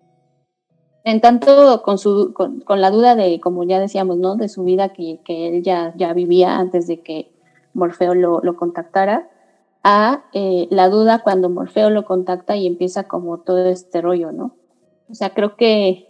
B: en tanto con, su, con, con la duda de, como ya decíamos, ¿no? De su vida que, que él ya, ya vivía antes de que Morfeo lo, lo contactara, a eh, la duda cuando Morfeo lo contacta y empieza como todo este rollo, ¿no? O sea, creo que,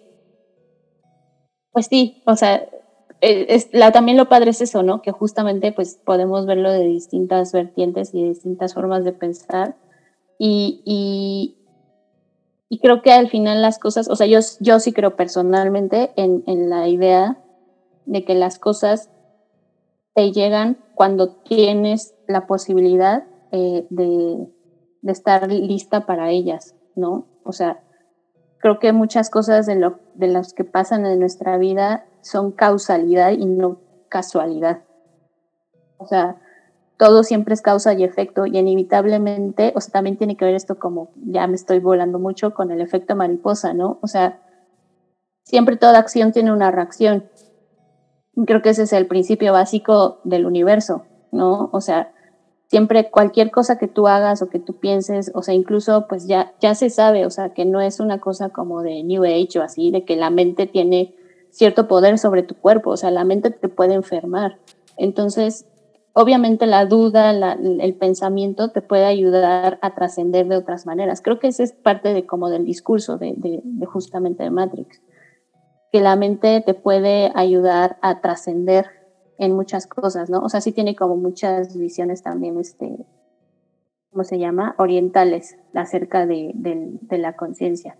B: pues sí, o sea, es, la, también lo padre es eso, ¿no? Que justamente pues podemos verlo de distintas vertientes y de distintas formas de pensar y... y Y creo que al final las cosas, o sea, yo, yo sí creo personalmente en, en la idea de que las cosas te llegan cuando tienes la posibilidad eh, de, de estar lista para ellas, ¿no? O sea, creo que muchas cosas de, lo, de las que pasan en nuestra vida son causalidad y no casualidad. O sea, todo siempre es causa y efecto y inevitablemente, o sea, también tiene que ver esto como, ya me estoy volando mucho con el efecto mariposa, ¿no? O sea, siempre toda acción tiene una reacción. Creo que ese es el principio básico del universo, ¿no? O sea, siempre cualquier cosa que tú hagas o que tú pienses, o sea, incluso pues ya, ya se sabe, o sea, que no es una cosa como de New Age o así, de que la mente tiene cierto poder sobre tu cuerpo, o sea, la mente te puede enfermar. Entonces, obviamente la duda, la, el pensamiento te puede ayudar a trascender de otras maneras. Creo que esa es parte de como del discurso de, de, de justamente de Matrix, que la mente te puede ayudar a trascender en muchas cosas, ¿no? O sea, sí tiene como muchas visiones también, este, ¿cómo se llama? Orientales acerca de, de, de la conciencia.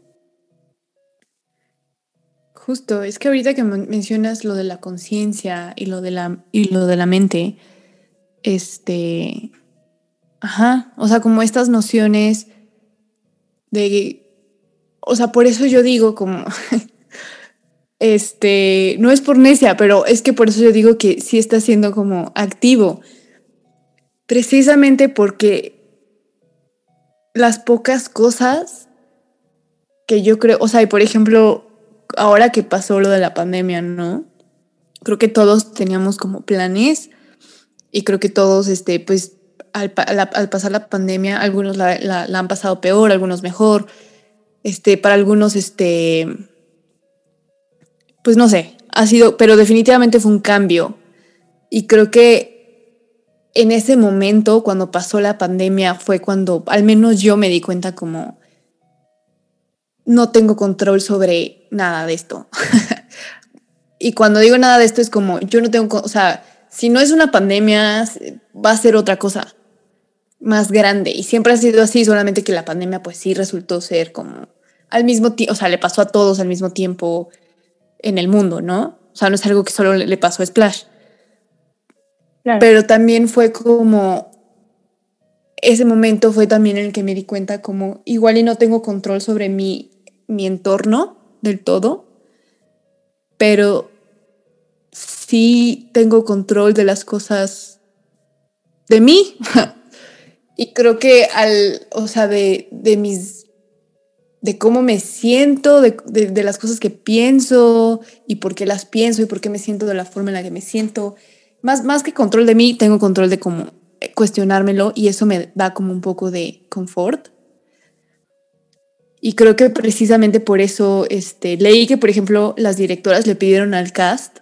D: Justo, es que ahorita que mencionas lo de la conciencia y lo de la y lo de la mente, este, ajá, o sea, como estas nociones de, o sea, por eso yo digo como, este, no es por necia, pero es que por eso yo digo que sí está siendo como activo, precisamente porque las pocas cosas que yo creo, o sea, y por ejemplo, ahora que pasó lo de la pandemia, ¿no? Creo que todos teníamos como planes y creo que todos, este, pues, al, la, al pasar la pandemia, algunos la, la, la han pasado peor, algunos mejor, este, para algunos, este, pues no sé, ha sido, pero definitivamente fue un cambio. Y creo que en ese momento, cuando pasó la pandemia, fue cuando al menos yo me di cuenta como no tengo control sobre nada de esto. Y cuando digo nada de esto es como yo no tengo, o sea, si no es una pandemia, va a ser otra cosa más grande. Y siempre ha sido así, solamente que la pandemia pues sí resultó ser como al mismo tiempo, o sea, le pasó a todos al mismo tiempo en el mundo, ¿no? O sea, no es algo que solo le pasó a Splash.
B: Claro.
D: Pero también fue como, ese momento fue también en el que me di cuenta como igual y no tengo control sobre mi, mi entorno del todo, pero sí tengo control de las cosas de mí. Y creo que al, o sea, de, de mis, de cómo me siento, de, de, de las cosas que pienso y por qué las pienso y por qué me siento de la forma en la que me siento. Más, más que control de mí, tengo control de cómo cuestionármelo y eso me da como un poco de confort. Y creo que precisamente por eso este, leí que, por ejemplo, las directoras le pidieron al cast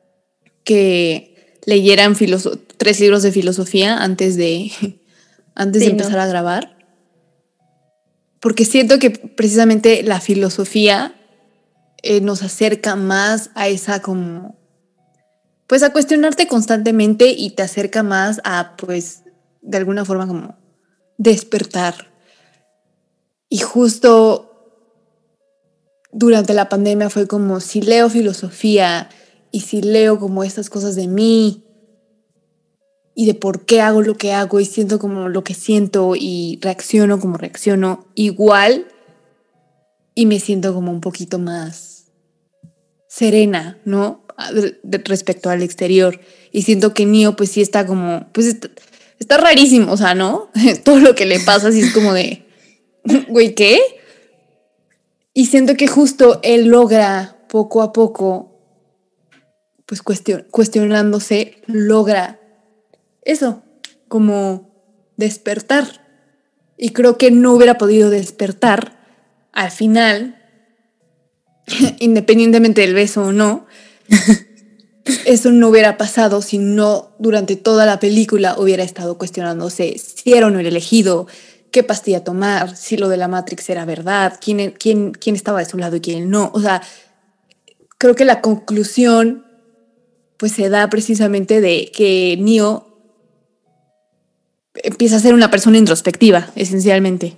D: que leyeran filoso- tres libros de filosofía antes de, antes
B: Sí,
D: de empezar
B: no.
D: a grabar. Porque siento que precisamente la filosofía eh, nos acerca más a esa como... pues a cuestionarte constantemente y te acerca más a, pues, de alguna forma como despertar. Y justo durante la pandemia fue como, si leo filosofía y si leo como estas cosas de mí y de por qué hago lo que hago y siento como lo que siento y reacciono como reacciono, igual y me siento como un poquito más serena, ¿no? De, de, respecto al exterior. Y siento que Neo pues sí está como, pues está, está rarísimo, o sea, ¿no? Todo lo que le pasa así es como de, güey, ¿qué? Y siento que justo él logra poco a poco, pues cuestion, cuestionándose, logra eso, como despertar. Y creo que no hubiera podido despertar al final, independientemente del beso o no, eso no hubiera pasado si no durante toda la película hubiera estado cuestionándose si era o no el elegido, qué pastilla tomar, si lo de la Matrix era verdad, quién, quién, quién estaba de su lado y quién no. O sea, creo que la conclusión pues se da precisamente de que Neo empieza a ser una persona introspectiva, esencialmente.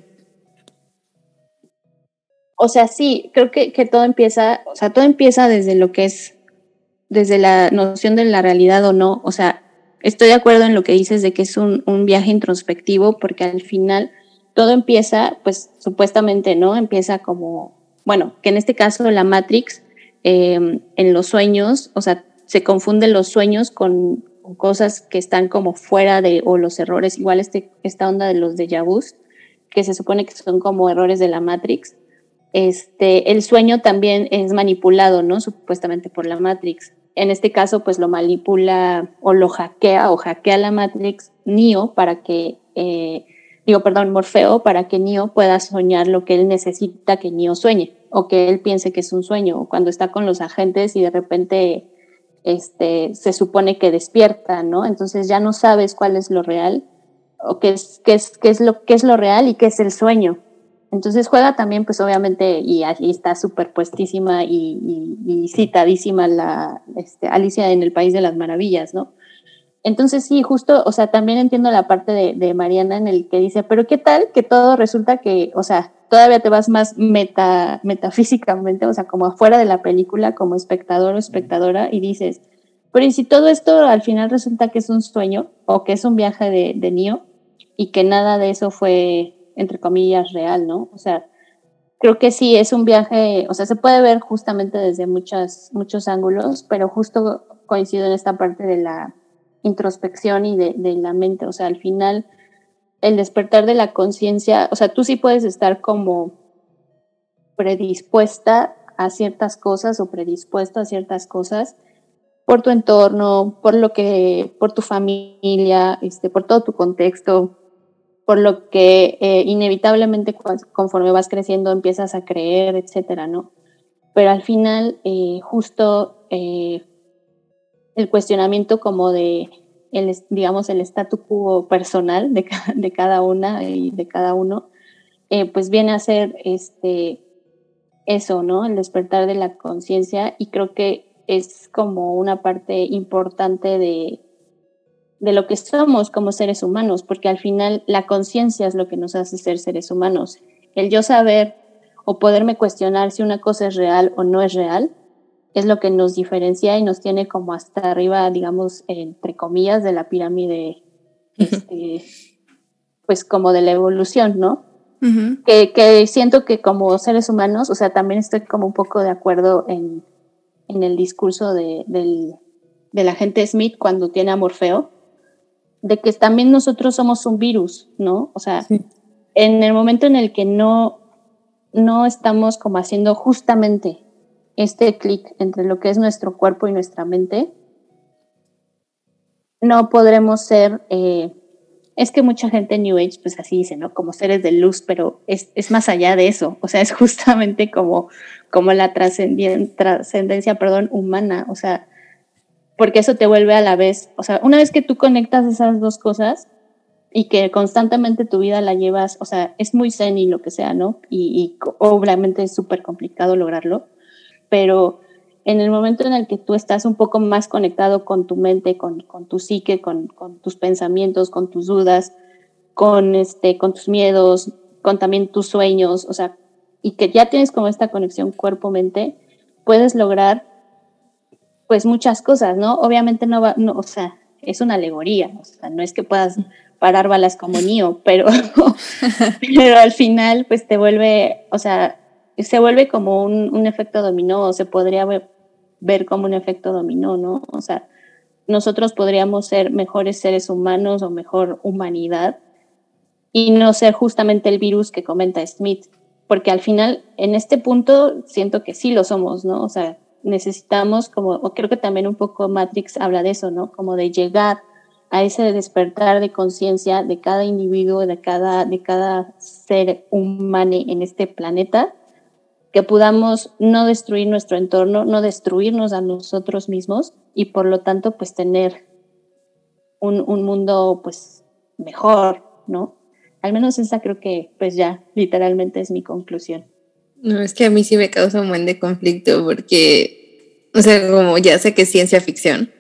B: O sea, sí, creo que, que todo empieza, o sea, todo empieza desde lo que es, desde la noción de la realidad o no. O sea, estoy de acuerdo en lo que dices de que es un, un viaje introspectivo, porque al final todo empieza, pues supuestamente, ¿no? Empieza como, bueno, que en este caso la Matrix, eh, en los sueños, o sea, se confunden los sueños con cosas que están como fuera de, o los errores, igual este, esta onda de los déjà vus, que se supone que son como errores de la Matrix. Este, el sueño también es manipulado, ¿no? Supuestamente por la Matrix. En este caso, pues lo manipula o lo hackea o hackea la Matrix Neo para que, eh, digo, perdón, Morfeo, para que Neo pueda soñar lo que él necesita que Neo sueñe o que él piense que es un sueño. O cuando está con los agentes y de repente este, se supone que despierta, ¿no? Entonces ya no sabes cuál es lo real o qué es, qué es, qué es, lo, qué es lo real y qué es el sueño. Entonces juega también, pues obviamente, y ahí está superpuestísima y, y, y citadísima la este, Alicia en el País de las Maravillas, ¿no? Entonces sí, justo, o sea, también entiendo la parte de, de Mariana en el que dice, pero ¿qué tal que todo resulta que, o sea, todavía te vas más meta, metafísicamente, o sea, como afuera de la película, como espectador o espectadora, y dices, pero ¿y si todo esto al final resulta que es un sueño o que es un viaje de, de Neo y que nada de eso fue, entre comillas, real, ¿no? O sea, creo que sí, es un viaje, o sea, se puede ver justamente desde muchas, muchos ángulos, pero justo coincido en esta parte de la introspección y de, de la mente, o sea, al final, el despertar de la conciencia, o sea, tú sí puedes estar como predispuesta a ciertas cosas o predispuesto a ciertas cosas por tu entorno, por lo que, por tu familia, este, por todo tu contexto, por lo que eh, inevitablemente conforme vas creciendo empiezas a creer, etcétera, ¿no? Pero al final, eh, justo eh, el cuestionamiento como de, el, digamos, el statu quo personal de, de cada una y de cada uno, eh, pues viene a ser este, eso, ¿no? El despertar de la conciencia, y creo que es como una parte importante de de lo que somos como seres humanos, porque al final la conciencia es lo que nos hace ser seres humanos. El yo saber o poderme cuestionar si una cosa es real o no es real, es lo que nos diferencia y nos tiene como hasta arriba, digamos, entre comillas, de la pirámide, uh-huh. este, pues como de la evolución, ¿no? Uh-huh. Que, que siento que como seres humanos, o sea, también estoy como un poco de acuerdo en, en el discurso de, del, del agente Smith cuando tiene a Morfeo, de que también nosotros somos un virus, ¿no? O sea, sí. En el momento en el que no, no estamos como haciendo justamente este clic entre lo que es nuestro cuerpo y nuestra mente, no podremos ser, eh, es que mucha gente en New Age pues así dice, ¿no? Como seres de luz, pero es, es más allá de eso, o sea, es justamente como, como la trascendencia, perdón, humana, o sea, porque eso te vuelve a la vez, o sea, una vez que tú conectas esas dos cosas y que constantemente tu vida la llevas, o sea, es muy zen y lo que sea, ¿no? Y, y obviamente es súper complicado lograrlo, pero en el momento en el que tú estás un poco más conectado con tu mente, con, con tu psique, con, con tus pensamientos, con tus dudas, con, este, con tus miedos, con también tus sueños, o sea, y que ya tienes como esta conexión cuerpo-mente, puedes lograr pues muchas cosas, ¿no? Obviamente no va, no, o sea, es una alegoría, o sea, no es que puedas parar balas como Neo, pero, pero al final pues te vuelve, o sea, se vuelve como un, un efecto dominó, o se podría ver, ver como un efecto dominó, ¿no? O sea, nosotros podríamos ser mejores seres humanos o mejor humanidad y no ser justamente el virus que comenta Smith, porque al final, en este punto, siento que sí lo somos, ¿no? O sea, necesitamos como, o creo que también un poco Matrix habla de eso, ¿no? Como de llegar a ese despertar de conciencia de cada individuo, de cada, de cada ser humano en este planeta, que podamos no destruir nuestro entorno, no destruirnos a nosotros mismos y por lo tanto pues tener un, un mundo pues mejor, ¿no? Al menos esa creo que pues ya literalmente es mi conclusión.
C: No, es que a mí sí me causa un buen de conflicto porque, o sea, como ya sé que es ciencia ficción,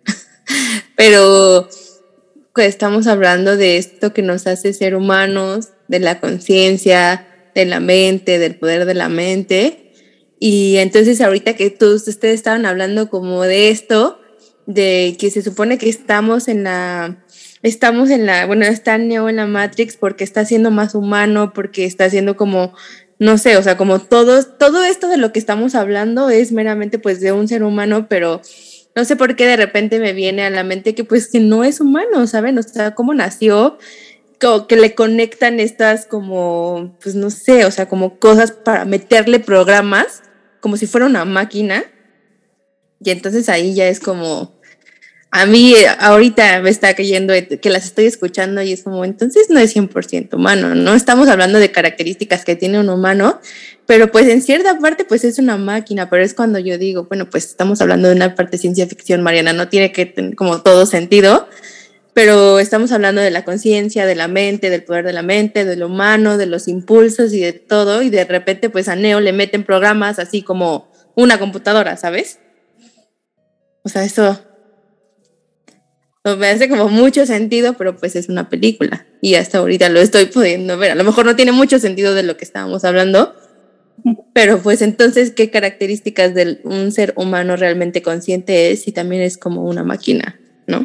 C: pero pues estamos hablando de esto que nos hace ser humanos, de la conciencia, de la mente, del poder de la mente. Y entonces ahorita que todos ustedes estaban hablando como de esto, de que se supone que estamos en la, estamos en la, bueno, está Neo en la Matrix porque está siendo más humano, porque está siendo como, no sé, o sea, como todo, todo esto de lo que estamos hablando es meramente pues de un ser humano, pero no sé por qué de repente me viene a la mente que pues que no es humano, ¿saben? O sea, cómo nació, que le conectan estas como, pues no sé, o sea, como cosas para meterle programas, como si fuera una máquina, y entonces ahí ya es como, a mí ahorita me está cayendo que las estoy escuchando y es como, entonces no es cien por ciento humano, ¿no? Estamos hablando de características que tiene un humano, pero pues en cierta parte pues es una máquina, pero es cuando yo digo, bueno, pues estamos hablando de una parte de ciencia ficción, Mariana, no tiene que tener como todo sentido, pero estamos hablando de la conciencia, de la mente, del poder de la mente, de lo humano, de los impulsos y de todo, y de repente pues a Neo le meten programas así como una computadora, ¿sabes? O sea, eso no me hace como mucho sentido, pero pues es una película y hasta ahorita lo estoy pudiendo ver. A lo mejor no tiene mucho sentido de lo que estábamos hablando, pero pues entonces, ¿qué características de un ser humano realmente consciente es si también es como una máquina, ¿no?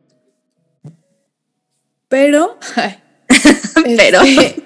D: Pero,
C: pero
D: este,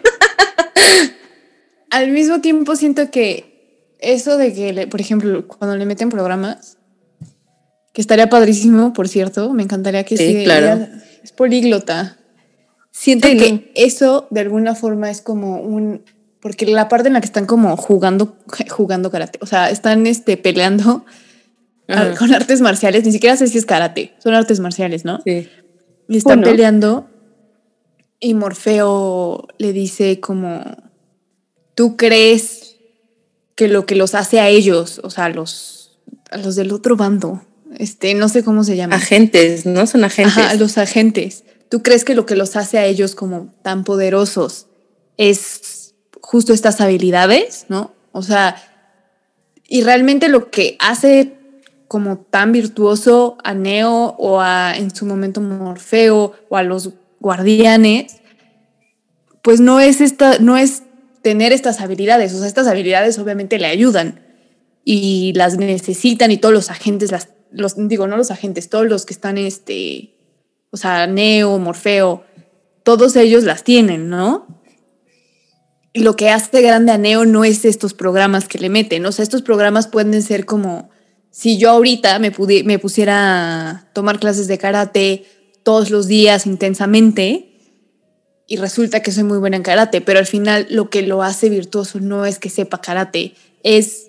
D: al mismo tiempo siento que eso de que, le, por ejemplo, cuando le meten programas, que estaría padrísimo, por cierto, me encantaría que
C: sí,
D: sí,
C: claro.
D: Es políglota. Siento
C: sí,
D: que
C: no.
D: eso de alguna forma es como un, porque la parte en la que están como jugando, jugando karate, o sea, están este, peleando uh-huh. con artes marciales, ni siquiera sé si es karate, son artes marciales, ¿no?
C: Sí.
D: Y están
C: bueno.
D: peleando. Y Morfeo le dice como, ¿tú crees que lo que los hace a ellos, o sea, a los, a los del otro bando, este, no sé cómo se llama?
C: Agentes, ¿no? Son agentes.
D: Ajá, los agentes. ¿Tú crees que lo que los hace a ellos como tan poderosos es justo estas habilidades, ¿no? O sea, y realmente lo que hace como tan virtuoso a Neo o a, en su momento, Morfeo o a los guardianes, pues no es esta, no es tener estas habilidades, o sea, estas habilidades obviamente le ayudan, y las necesitan y todos los agentes, las, los, digo, no los agentes, todos los que están, este, o sea, Neo, Morfeo, todos ellos las tienen, ¿no? Y lo que hace grande a Neo no es estos programas que le meten, o sea, estos programas pueden ser como, si yo ahorita me, pudi- me pusiera a tomar clases de karate todos los días intensamente, y resulta que soy muy buena en karate, pero al final lo que lo hace virtuoso no es que sepa karate, es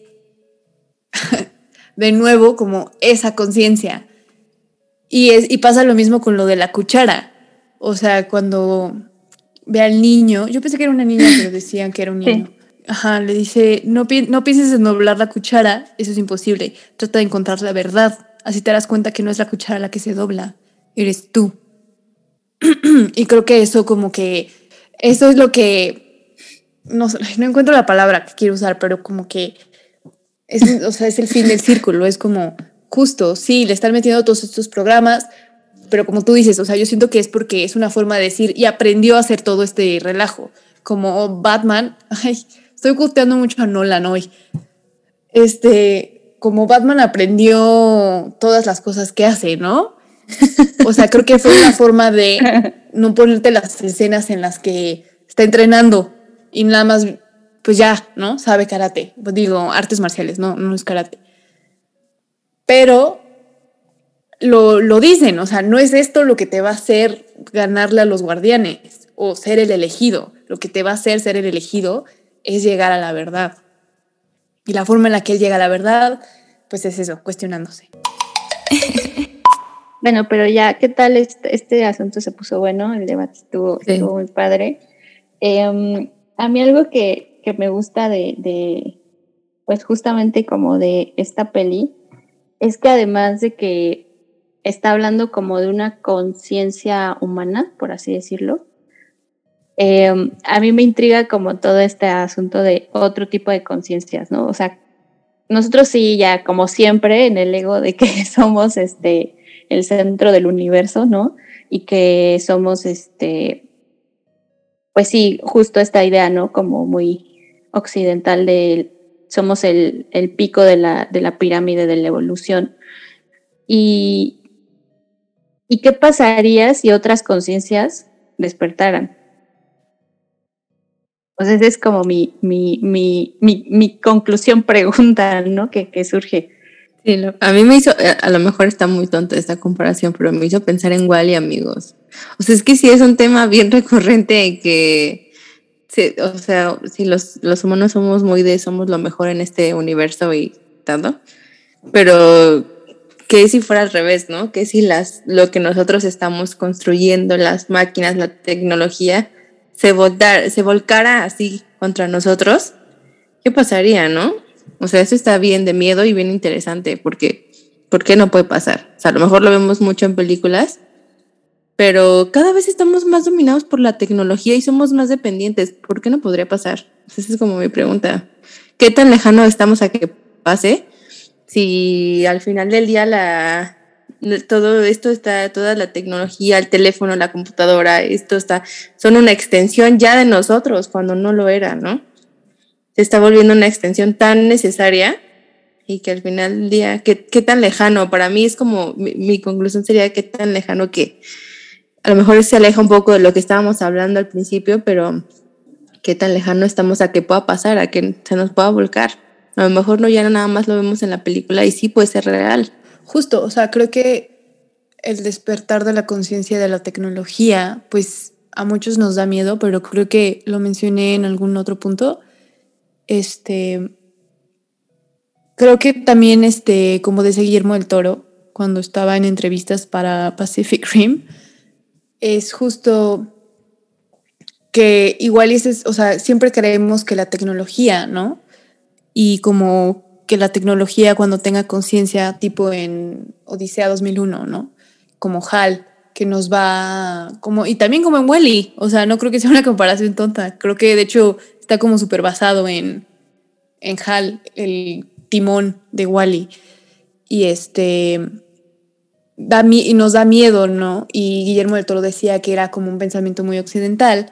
D: de nuevo como esa conciencia. Y, es, y pasa lo mismo con lo de la cuchara. O sea, cuando ve al niño, yo pensé que era una niña, pero decían que era un niño. Sí. Ajá, le dice, no, pi- no pienses en doblar la cuchara, eso es imposible. Trata de encontrar la verdad. Así te darás cuenta que no es la cuchara la que se dobla, eres tú. Y creo que eso como que, eso es lo que, no, no encuentro la palabra que quiero usar, pero como que, es, o sea, es el fin del círculo, es como, justo, sí, le están metiendo todos estos programas, pero como tú dices, o sea, yo siento que es porque es una forma de decir, y aprendió a hacer todo este relajo, como Batman, ay, estoy gusteando mucho a Nolan hoy, este, como Batman aprendió todas las cosas que hace, ¿no? O sea, creo que fue una forma de no ponerte las escenas en las que está entrenando y nada más, pues ya, ¿no? Sabe karate. Pues digo, artes marciales, no, no es karate. Pero lo, lo dicen, o sea, no es esto lo que te va a hacer ganarle a los guardianes o ser el elegido. Lo que te va a hacer ser el elegido es llegar a la verdad. Y la forma en la que él llega a la verdad, pues es eso, cuestionándose.
B: Bueno, pero ya, ¿qué tal este, este asunto se puso bueno? El debate estuvo, sí. estuvo muy padre. Eh, a mí algo que, que me gusta de, de, pues justamente como de esta peli, es que además de que está hablando como de una conciencia humana, por así decirlo, eh, a mí me intriga como todo este asunto de otro tipo de conciencias, ¿no? O sea, nosotros sí ya como siempre en el ego de que somos este el centro del universo, ¿no? Y que somos, este, pues sí, justo esta idea, ¿no? Como muy occidental de somos el, el pico de la, de la pirámide de la evolución. Y, ¿y qué pasaría si otras conciencias despertaran? Pues esa es como mi, mi, mi, mi, mi conclusión pregunta, ¿no? Que, que surge.
C: Sí, lo, a mí me hizo, a lo mejor está muy tonta esta comparación, pero me hizo pensar en Wall-E, amigos. O sea, es que sí es un tema bien recurrente que, sí, o sea, sí, los, los humanos somos muy de, somos lo mejor en este universo y todo, pero ¿qué si fuera al revés, no? ¿Qué si las, lo que nosotros estamos construyendo, las máquinas, la tecnología, se, voltar, se volcara así contra nosotros? ¿Qué pasaría, no? O sea, eso está bien de miedo y bien interesante, porque ¿por qué no puede pasar? O sea, a lo mejor lo vemos mucho en películas, pero cada vez estamos más dominados por la tecnología y somos más dependientes. ¿Por qué no podría pasar? Esa es como mi pregunta. ¿Qué tan lejano estamos a que pase? Si al final del día la, todo esto está, toda la tecnología, el teléfono, la computadora, esto está, son una extensión ya de nosotros cuando no lo era, ¿no? Se está volviendo una extensión tan necesaria y que al final del día, ¿qué, qué tan lejano? Para mí es como, mi, mi conclusión sería qué tan lejano que a lo mejor se aleja un poco de lo que estábamos hablando al principio, pero qué tan lejano estamos a que pueda pasar, a que se nos pueda volcar. A lo mejor no ya nada más lo vemos en la película y sí puede ser real.
D: Justo, o sea, creo que el despertar de la conciencia de la tecnología, pues a muchos nos da miedo, pero creo que lo mencioné en algún otro punto. Este, creo que también, este, como dice Guillermo del Toro, cuando estaba en entrevistas para Pacific Rim, es justo que igual es, o sea, siempre creemos que la tecnología, ¿no? Y como que la tecnología cuando tenga conciencia, tipo en Odisea dos mil uno, ¿no? Como HAL, que nos va, como, y también como en Wall-E, o sea, no creo que sea una comparación tonta, creo que de hecho está como súper basado en, en HAL, el timón de Wall-E, y este, da, y nos da miedo, ¿no? Y Guillermo del Toro decía que era como un pensamiento muy occidental,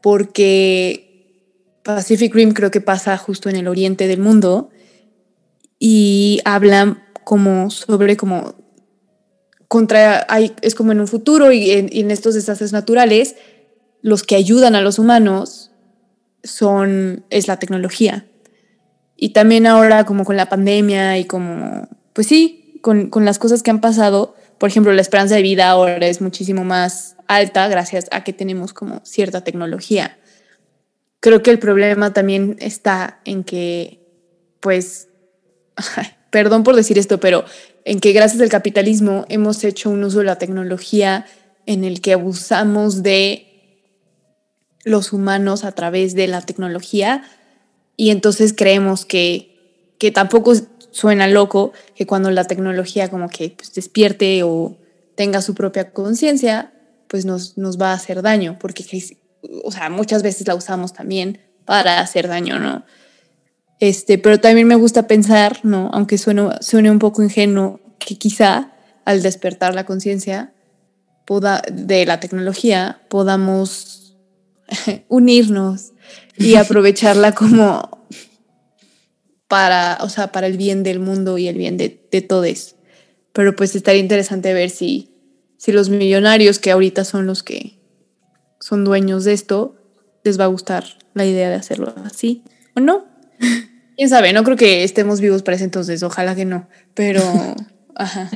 D: porque Pacific Rim creo que pasa justo en el oriente del mundo y hablan como sobre como contra, hay, es como en un futuro y en, y en estos desastres naturales los que ayudan a los humanos son, es la tecnología. Y también ahora como con la pandemia y como, pues sí, con, con las cosas que han pasado, por ejemplo, la esperanza de vida ahora es muchísimo más alta gracias a que tenemos como cierta tecnología. Creo que el problema también está en que, pues, perdón por decir esto, pero en que gracias al capitalismo hemos hecho un uso de la tecnología en el que abusamos de los humanos a través de la tecnología y entonces creemos que, que tampoco suena loco que cuando la tecnología como que pues, despierte o tenga su propia conciencia, pues nos, nos va a hacer daño, porque o sea, muchas veces la usamos también para hacer daño, ¿no? Este, pero también me gusta pensar, ¿no? Aunque suene, suene un poco ingenuo, que quizá al despertar la conciencia de la tecnología podamos unirnos y aprovecharla como para, o sea, para el bien del mundo y el bien de, de todos. Pero pues estaría interesante ver si, si los millonarios que ahorita son los que son dueños de esto, les va a gustar la idea de hacerlo así o no. Quién sabe, no creo que estemos vivos para ese entonces, ojalá que no, pero ajá.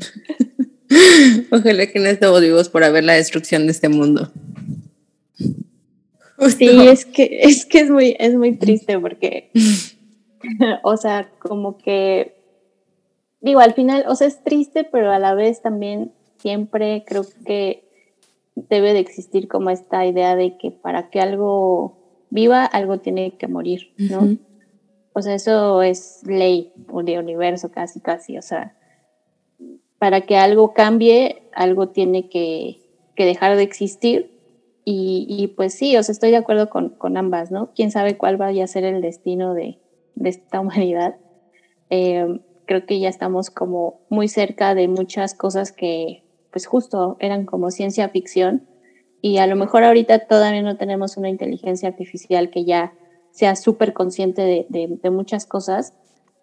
C: Ojalá que no estemos vivos para ver la destrucción de este mundo.
B: Justo. Sí, es que es que es muy es muy triste porque o sea, como que digo, al final, o sea, es triste, pero a la vez también siempre creo que debe de existir como esta idea de que para que algo viva, algo tiene que morir, ¿no? Uh-huh. O sea, eso es ley de universo casi, casi, o sea, para que algo cambie, algo tiene que, que dejar de existir y, y pues sí, o sea, estoy de acuerdo con, con ambas, ¿no? Quién sabe cuál vaya a ser el destino de, de esta humanidad. Eh, creo que ya estamos como muy cerca de muchas cosas que pues justo eran como ciencia ficción y a lo mejor ahorita todavía no tenemos una inteligencia artificial que ya sea súper consciente de, de, de muchas cosas,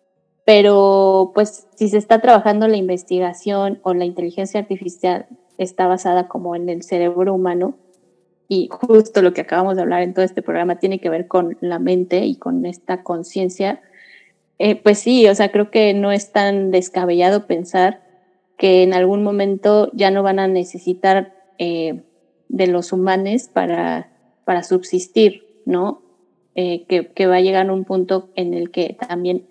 B: pero pues si se está trabajando la investigación o la inteligencia artificial está basada como en el cerebro humano y justo lo que acabamos de hablar en todo este programa tiene que ver con la mente y con esta conciencia, eh, pues sí, o sea, creo que no es tan descabellado pensar que en algún momento ya no van a necesitar eh, de los humanos para, para subsistir, ¿no? Eh, que, que va a llegar a un punto en el que también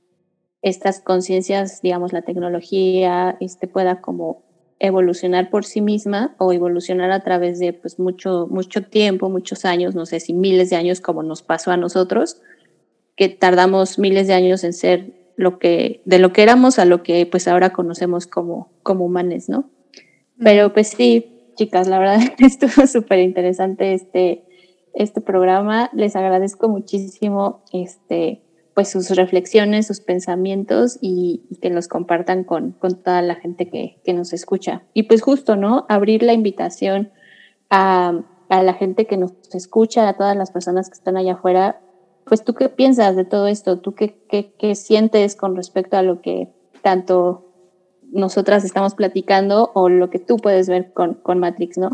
B: estas conciencias, digamos, la tecnología este, pueda como evolucionar por sí misma o evolucionar a través de pues mucho, mucho tiempo, muchos años, no sé si miles de años como nos pasó a nosotros, que tardamos miles de años en ser lo que, de lo que éramos a lo que pues ahora conocemos como, como humanos, ¿no? Pero pues sí, chicas, la verdad estuvo súper interesante este, este programa. Les agradezco muchísimo este, pues sus reflexiones, sus pensamientos y, y que los compartan con, con toda la gente que, que nos escucha. Y pues justo, ¿no? Abrir la invitación a, a la gente que nos escucha, a todas las personas que están allá afuera. Pues tú qué piensas de todo esto, tú qué, qué, qué sientes con respecto a lo que tanto nosotras estamos platicando o lo que tú puedes ver con, con Matrix, ¿no?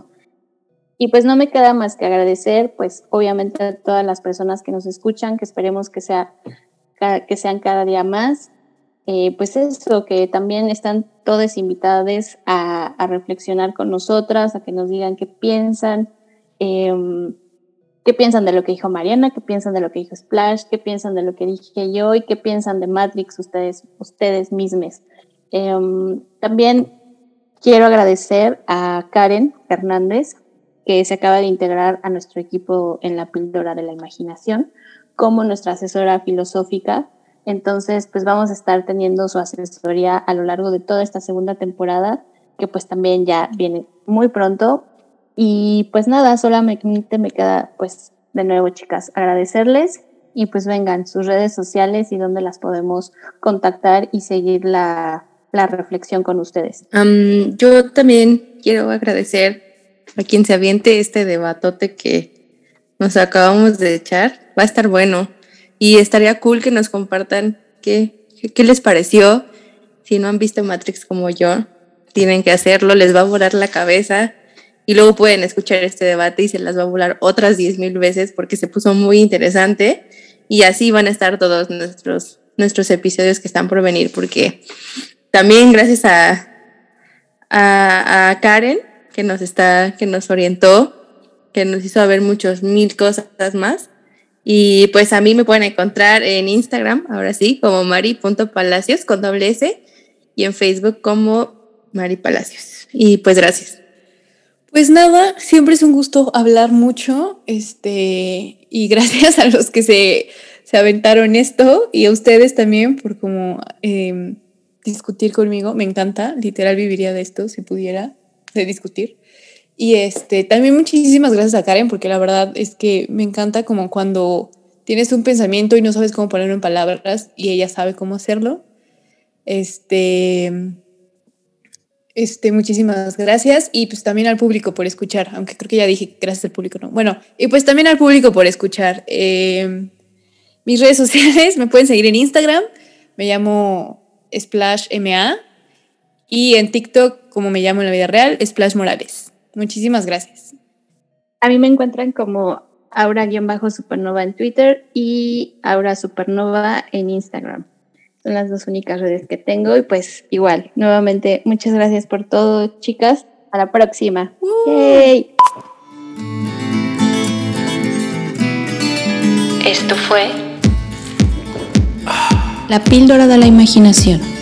B: Y pues no me queda más que agradecer, pues obviamente a todas las personas que nos escuchan, que esperemos que, sea, que sean cada día más. Eh, pues eso, que también están todos invitados a, a reflexionar con nosotras, a que nos digan qué piensan, eh, qué piensan de lo que dijo Mariana, qué piensan de lo que dijo Splash, qué piensan de lo que dije yo y qué piensan de Matrix ustedes, ustedes mismos. Eh, también quiero agradecer a Karen Hernández, que se acaba de integrar a nuestro equipo en la Píldora de la Imaginación como nuestra asesora filosófica. Entonces, pues vamos a estar teniendo su asesoría a lo largo de toda esta segunda temporada, que pues también ya viene muy pronto. Y pues nada, solamente me queda pues de nuevo, chicas, agradecerles y pues vengan sus redes sociales y dónde las podemos contactar y seguir la, la reflexión con ustedes.
C: Um, yo también quiero agradecer a quien se aviente este debatote que nos acabamos de echar. Va a estar bueno y estaría cool que nos compartan qué, ¿Qué, qué les pareció? Si no han visto Matrix como yo, tienen que hacerlo, les va a volar la cabeza y luego pueden escuchar este debate y se las va a volar otras diez mil veces porque se puso muy interesante y así van a estar todos nuestros, nuestros episodios que están por venir, porque también gracias a, a, a Karen que nos, está, que nos orientó, que nos hizo ver muchas mil cosas más. Y pues a mí me pueden encontrar en Instagram, ahora sí, como mari punto palacios con doble S y en Facebook como Mari Palacios. Y pues gracias.
D: Pues nada, siempre es un gusto hablar mucho, este, y gracias a los que se, se aventaron esto y a ustedes también por como eh, discutir conmigo. Me encanta, literal viviría de esto si pudiera, de discutir. Y este, también muchísimas gracias a Karen, porque la verdad es que me encanta como cuando tienes un pensamiento y no sabes cómo ponerlo en palabras y ella sabe cómo hacerlo. Este, este, muchísimas gracias y pues también al público por escuchar, aunque creo que ya dije gracias al público, ¿no? Bueno, y pues también al público por escuchar. Eh, mis redes sociales me pueden seguir en Instagram, me llamo Splash M A y en TikTok, como me llamo en la vida real, Splash Morales. Muchísimas gracias.
B: A mí me encuentran como Aura-Supernova en Twitter y Aura Supernova en Instagram. Son las dos únicas redes que tengo y pues igual, nuevamente, muchas gracias por todo, chicas. A la próxima. Uh. ¡Yay!
A: Esto fue La Píldora de la Imaginación.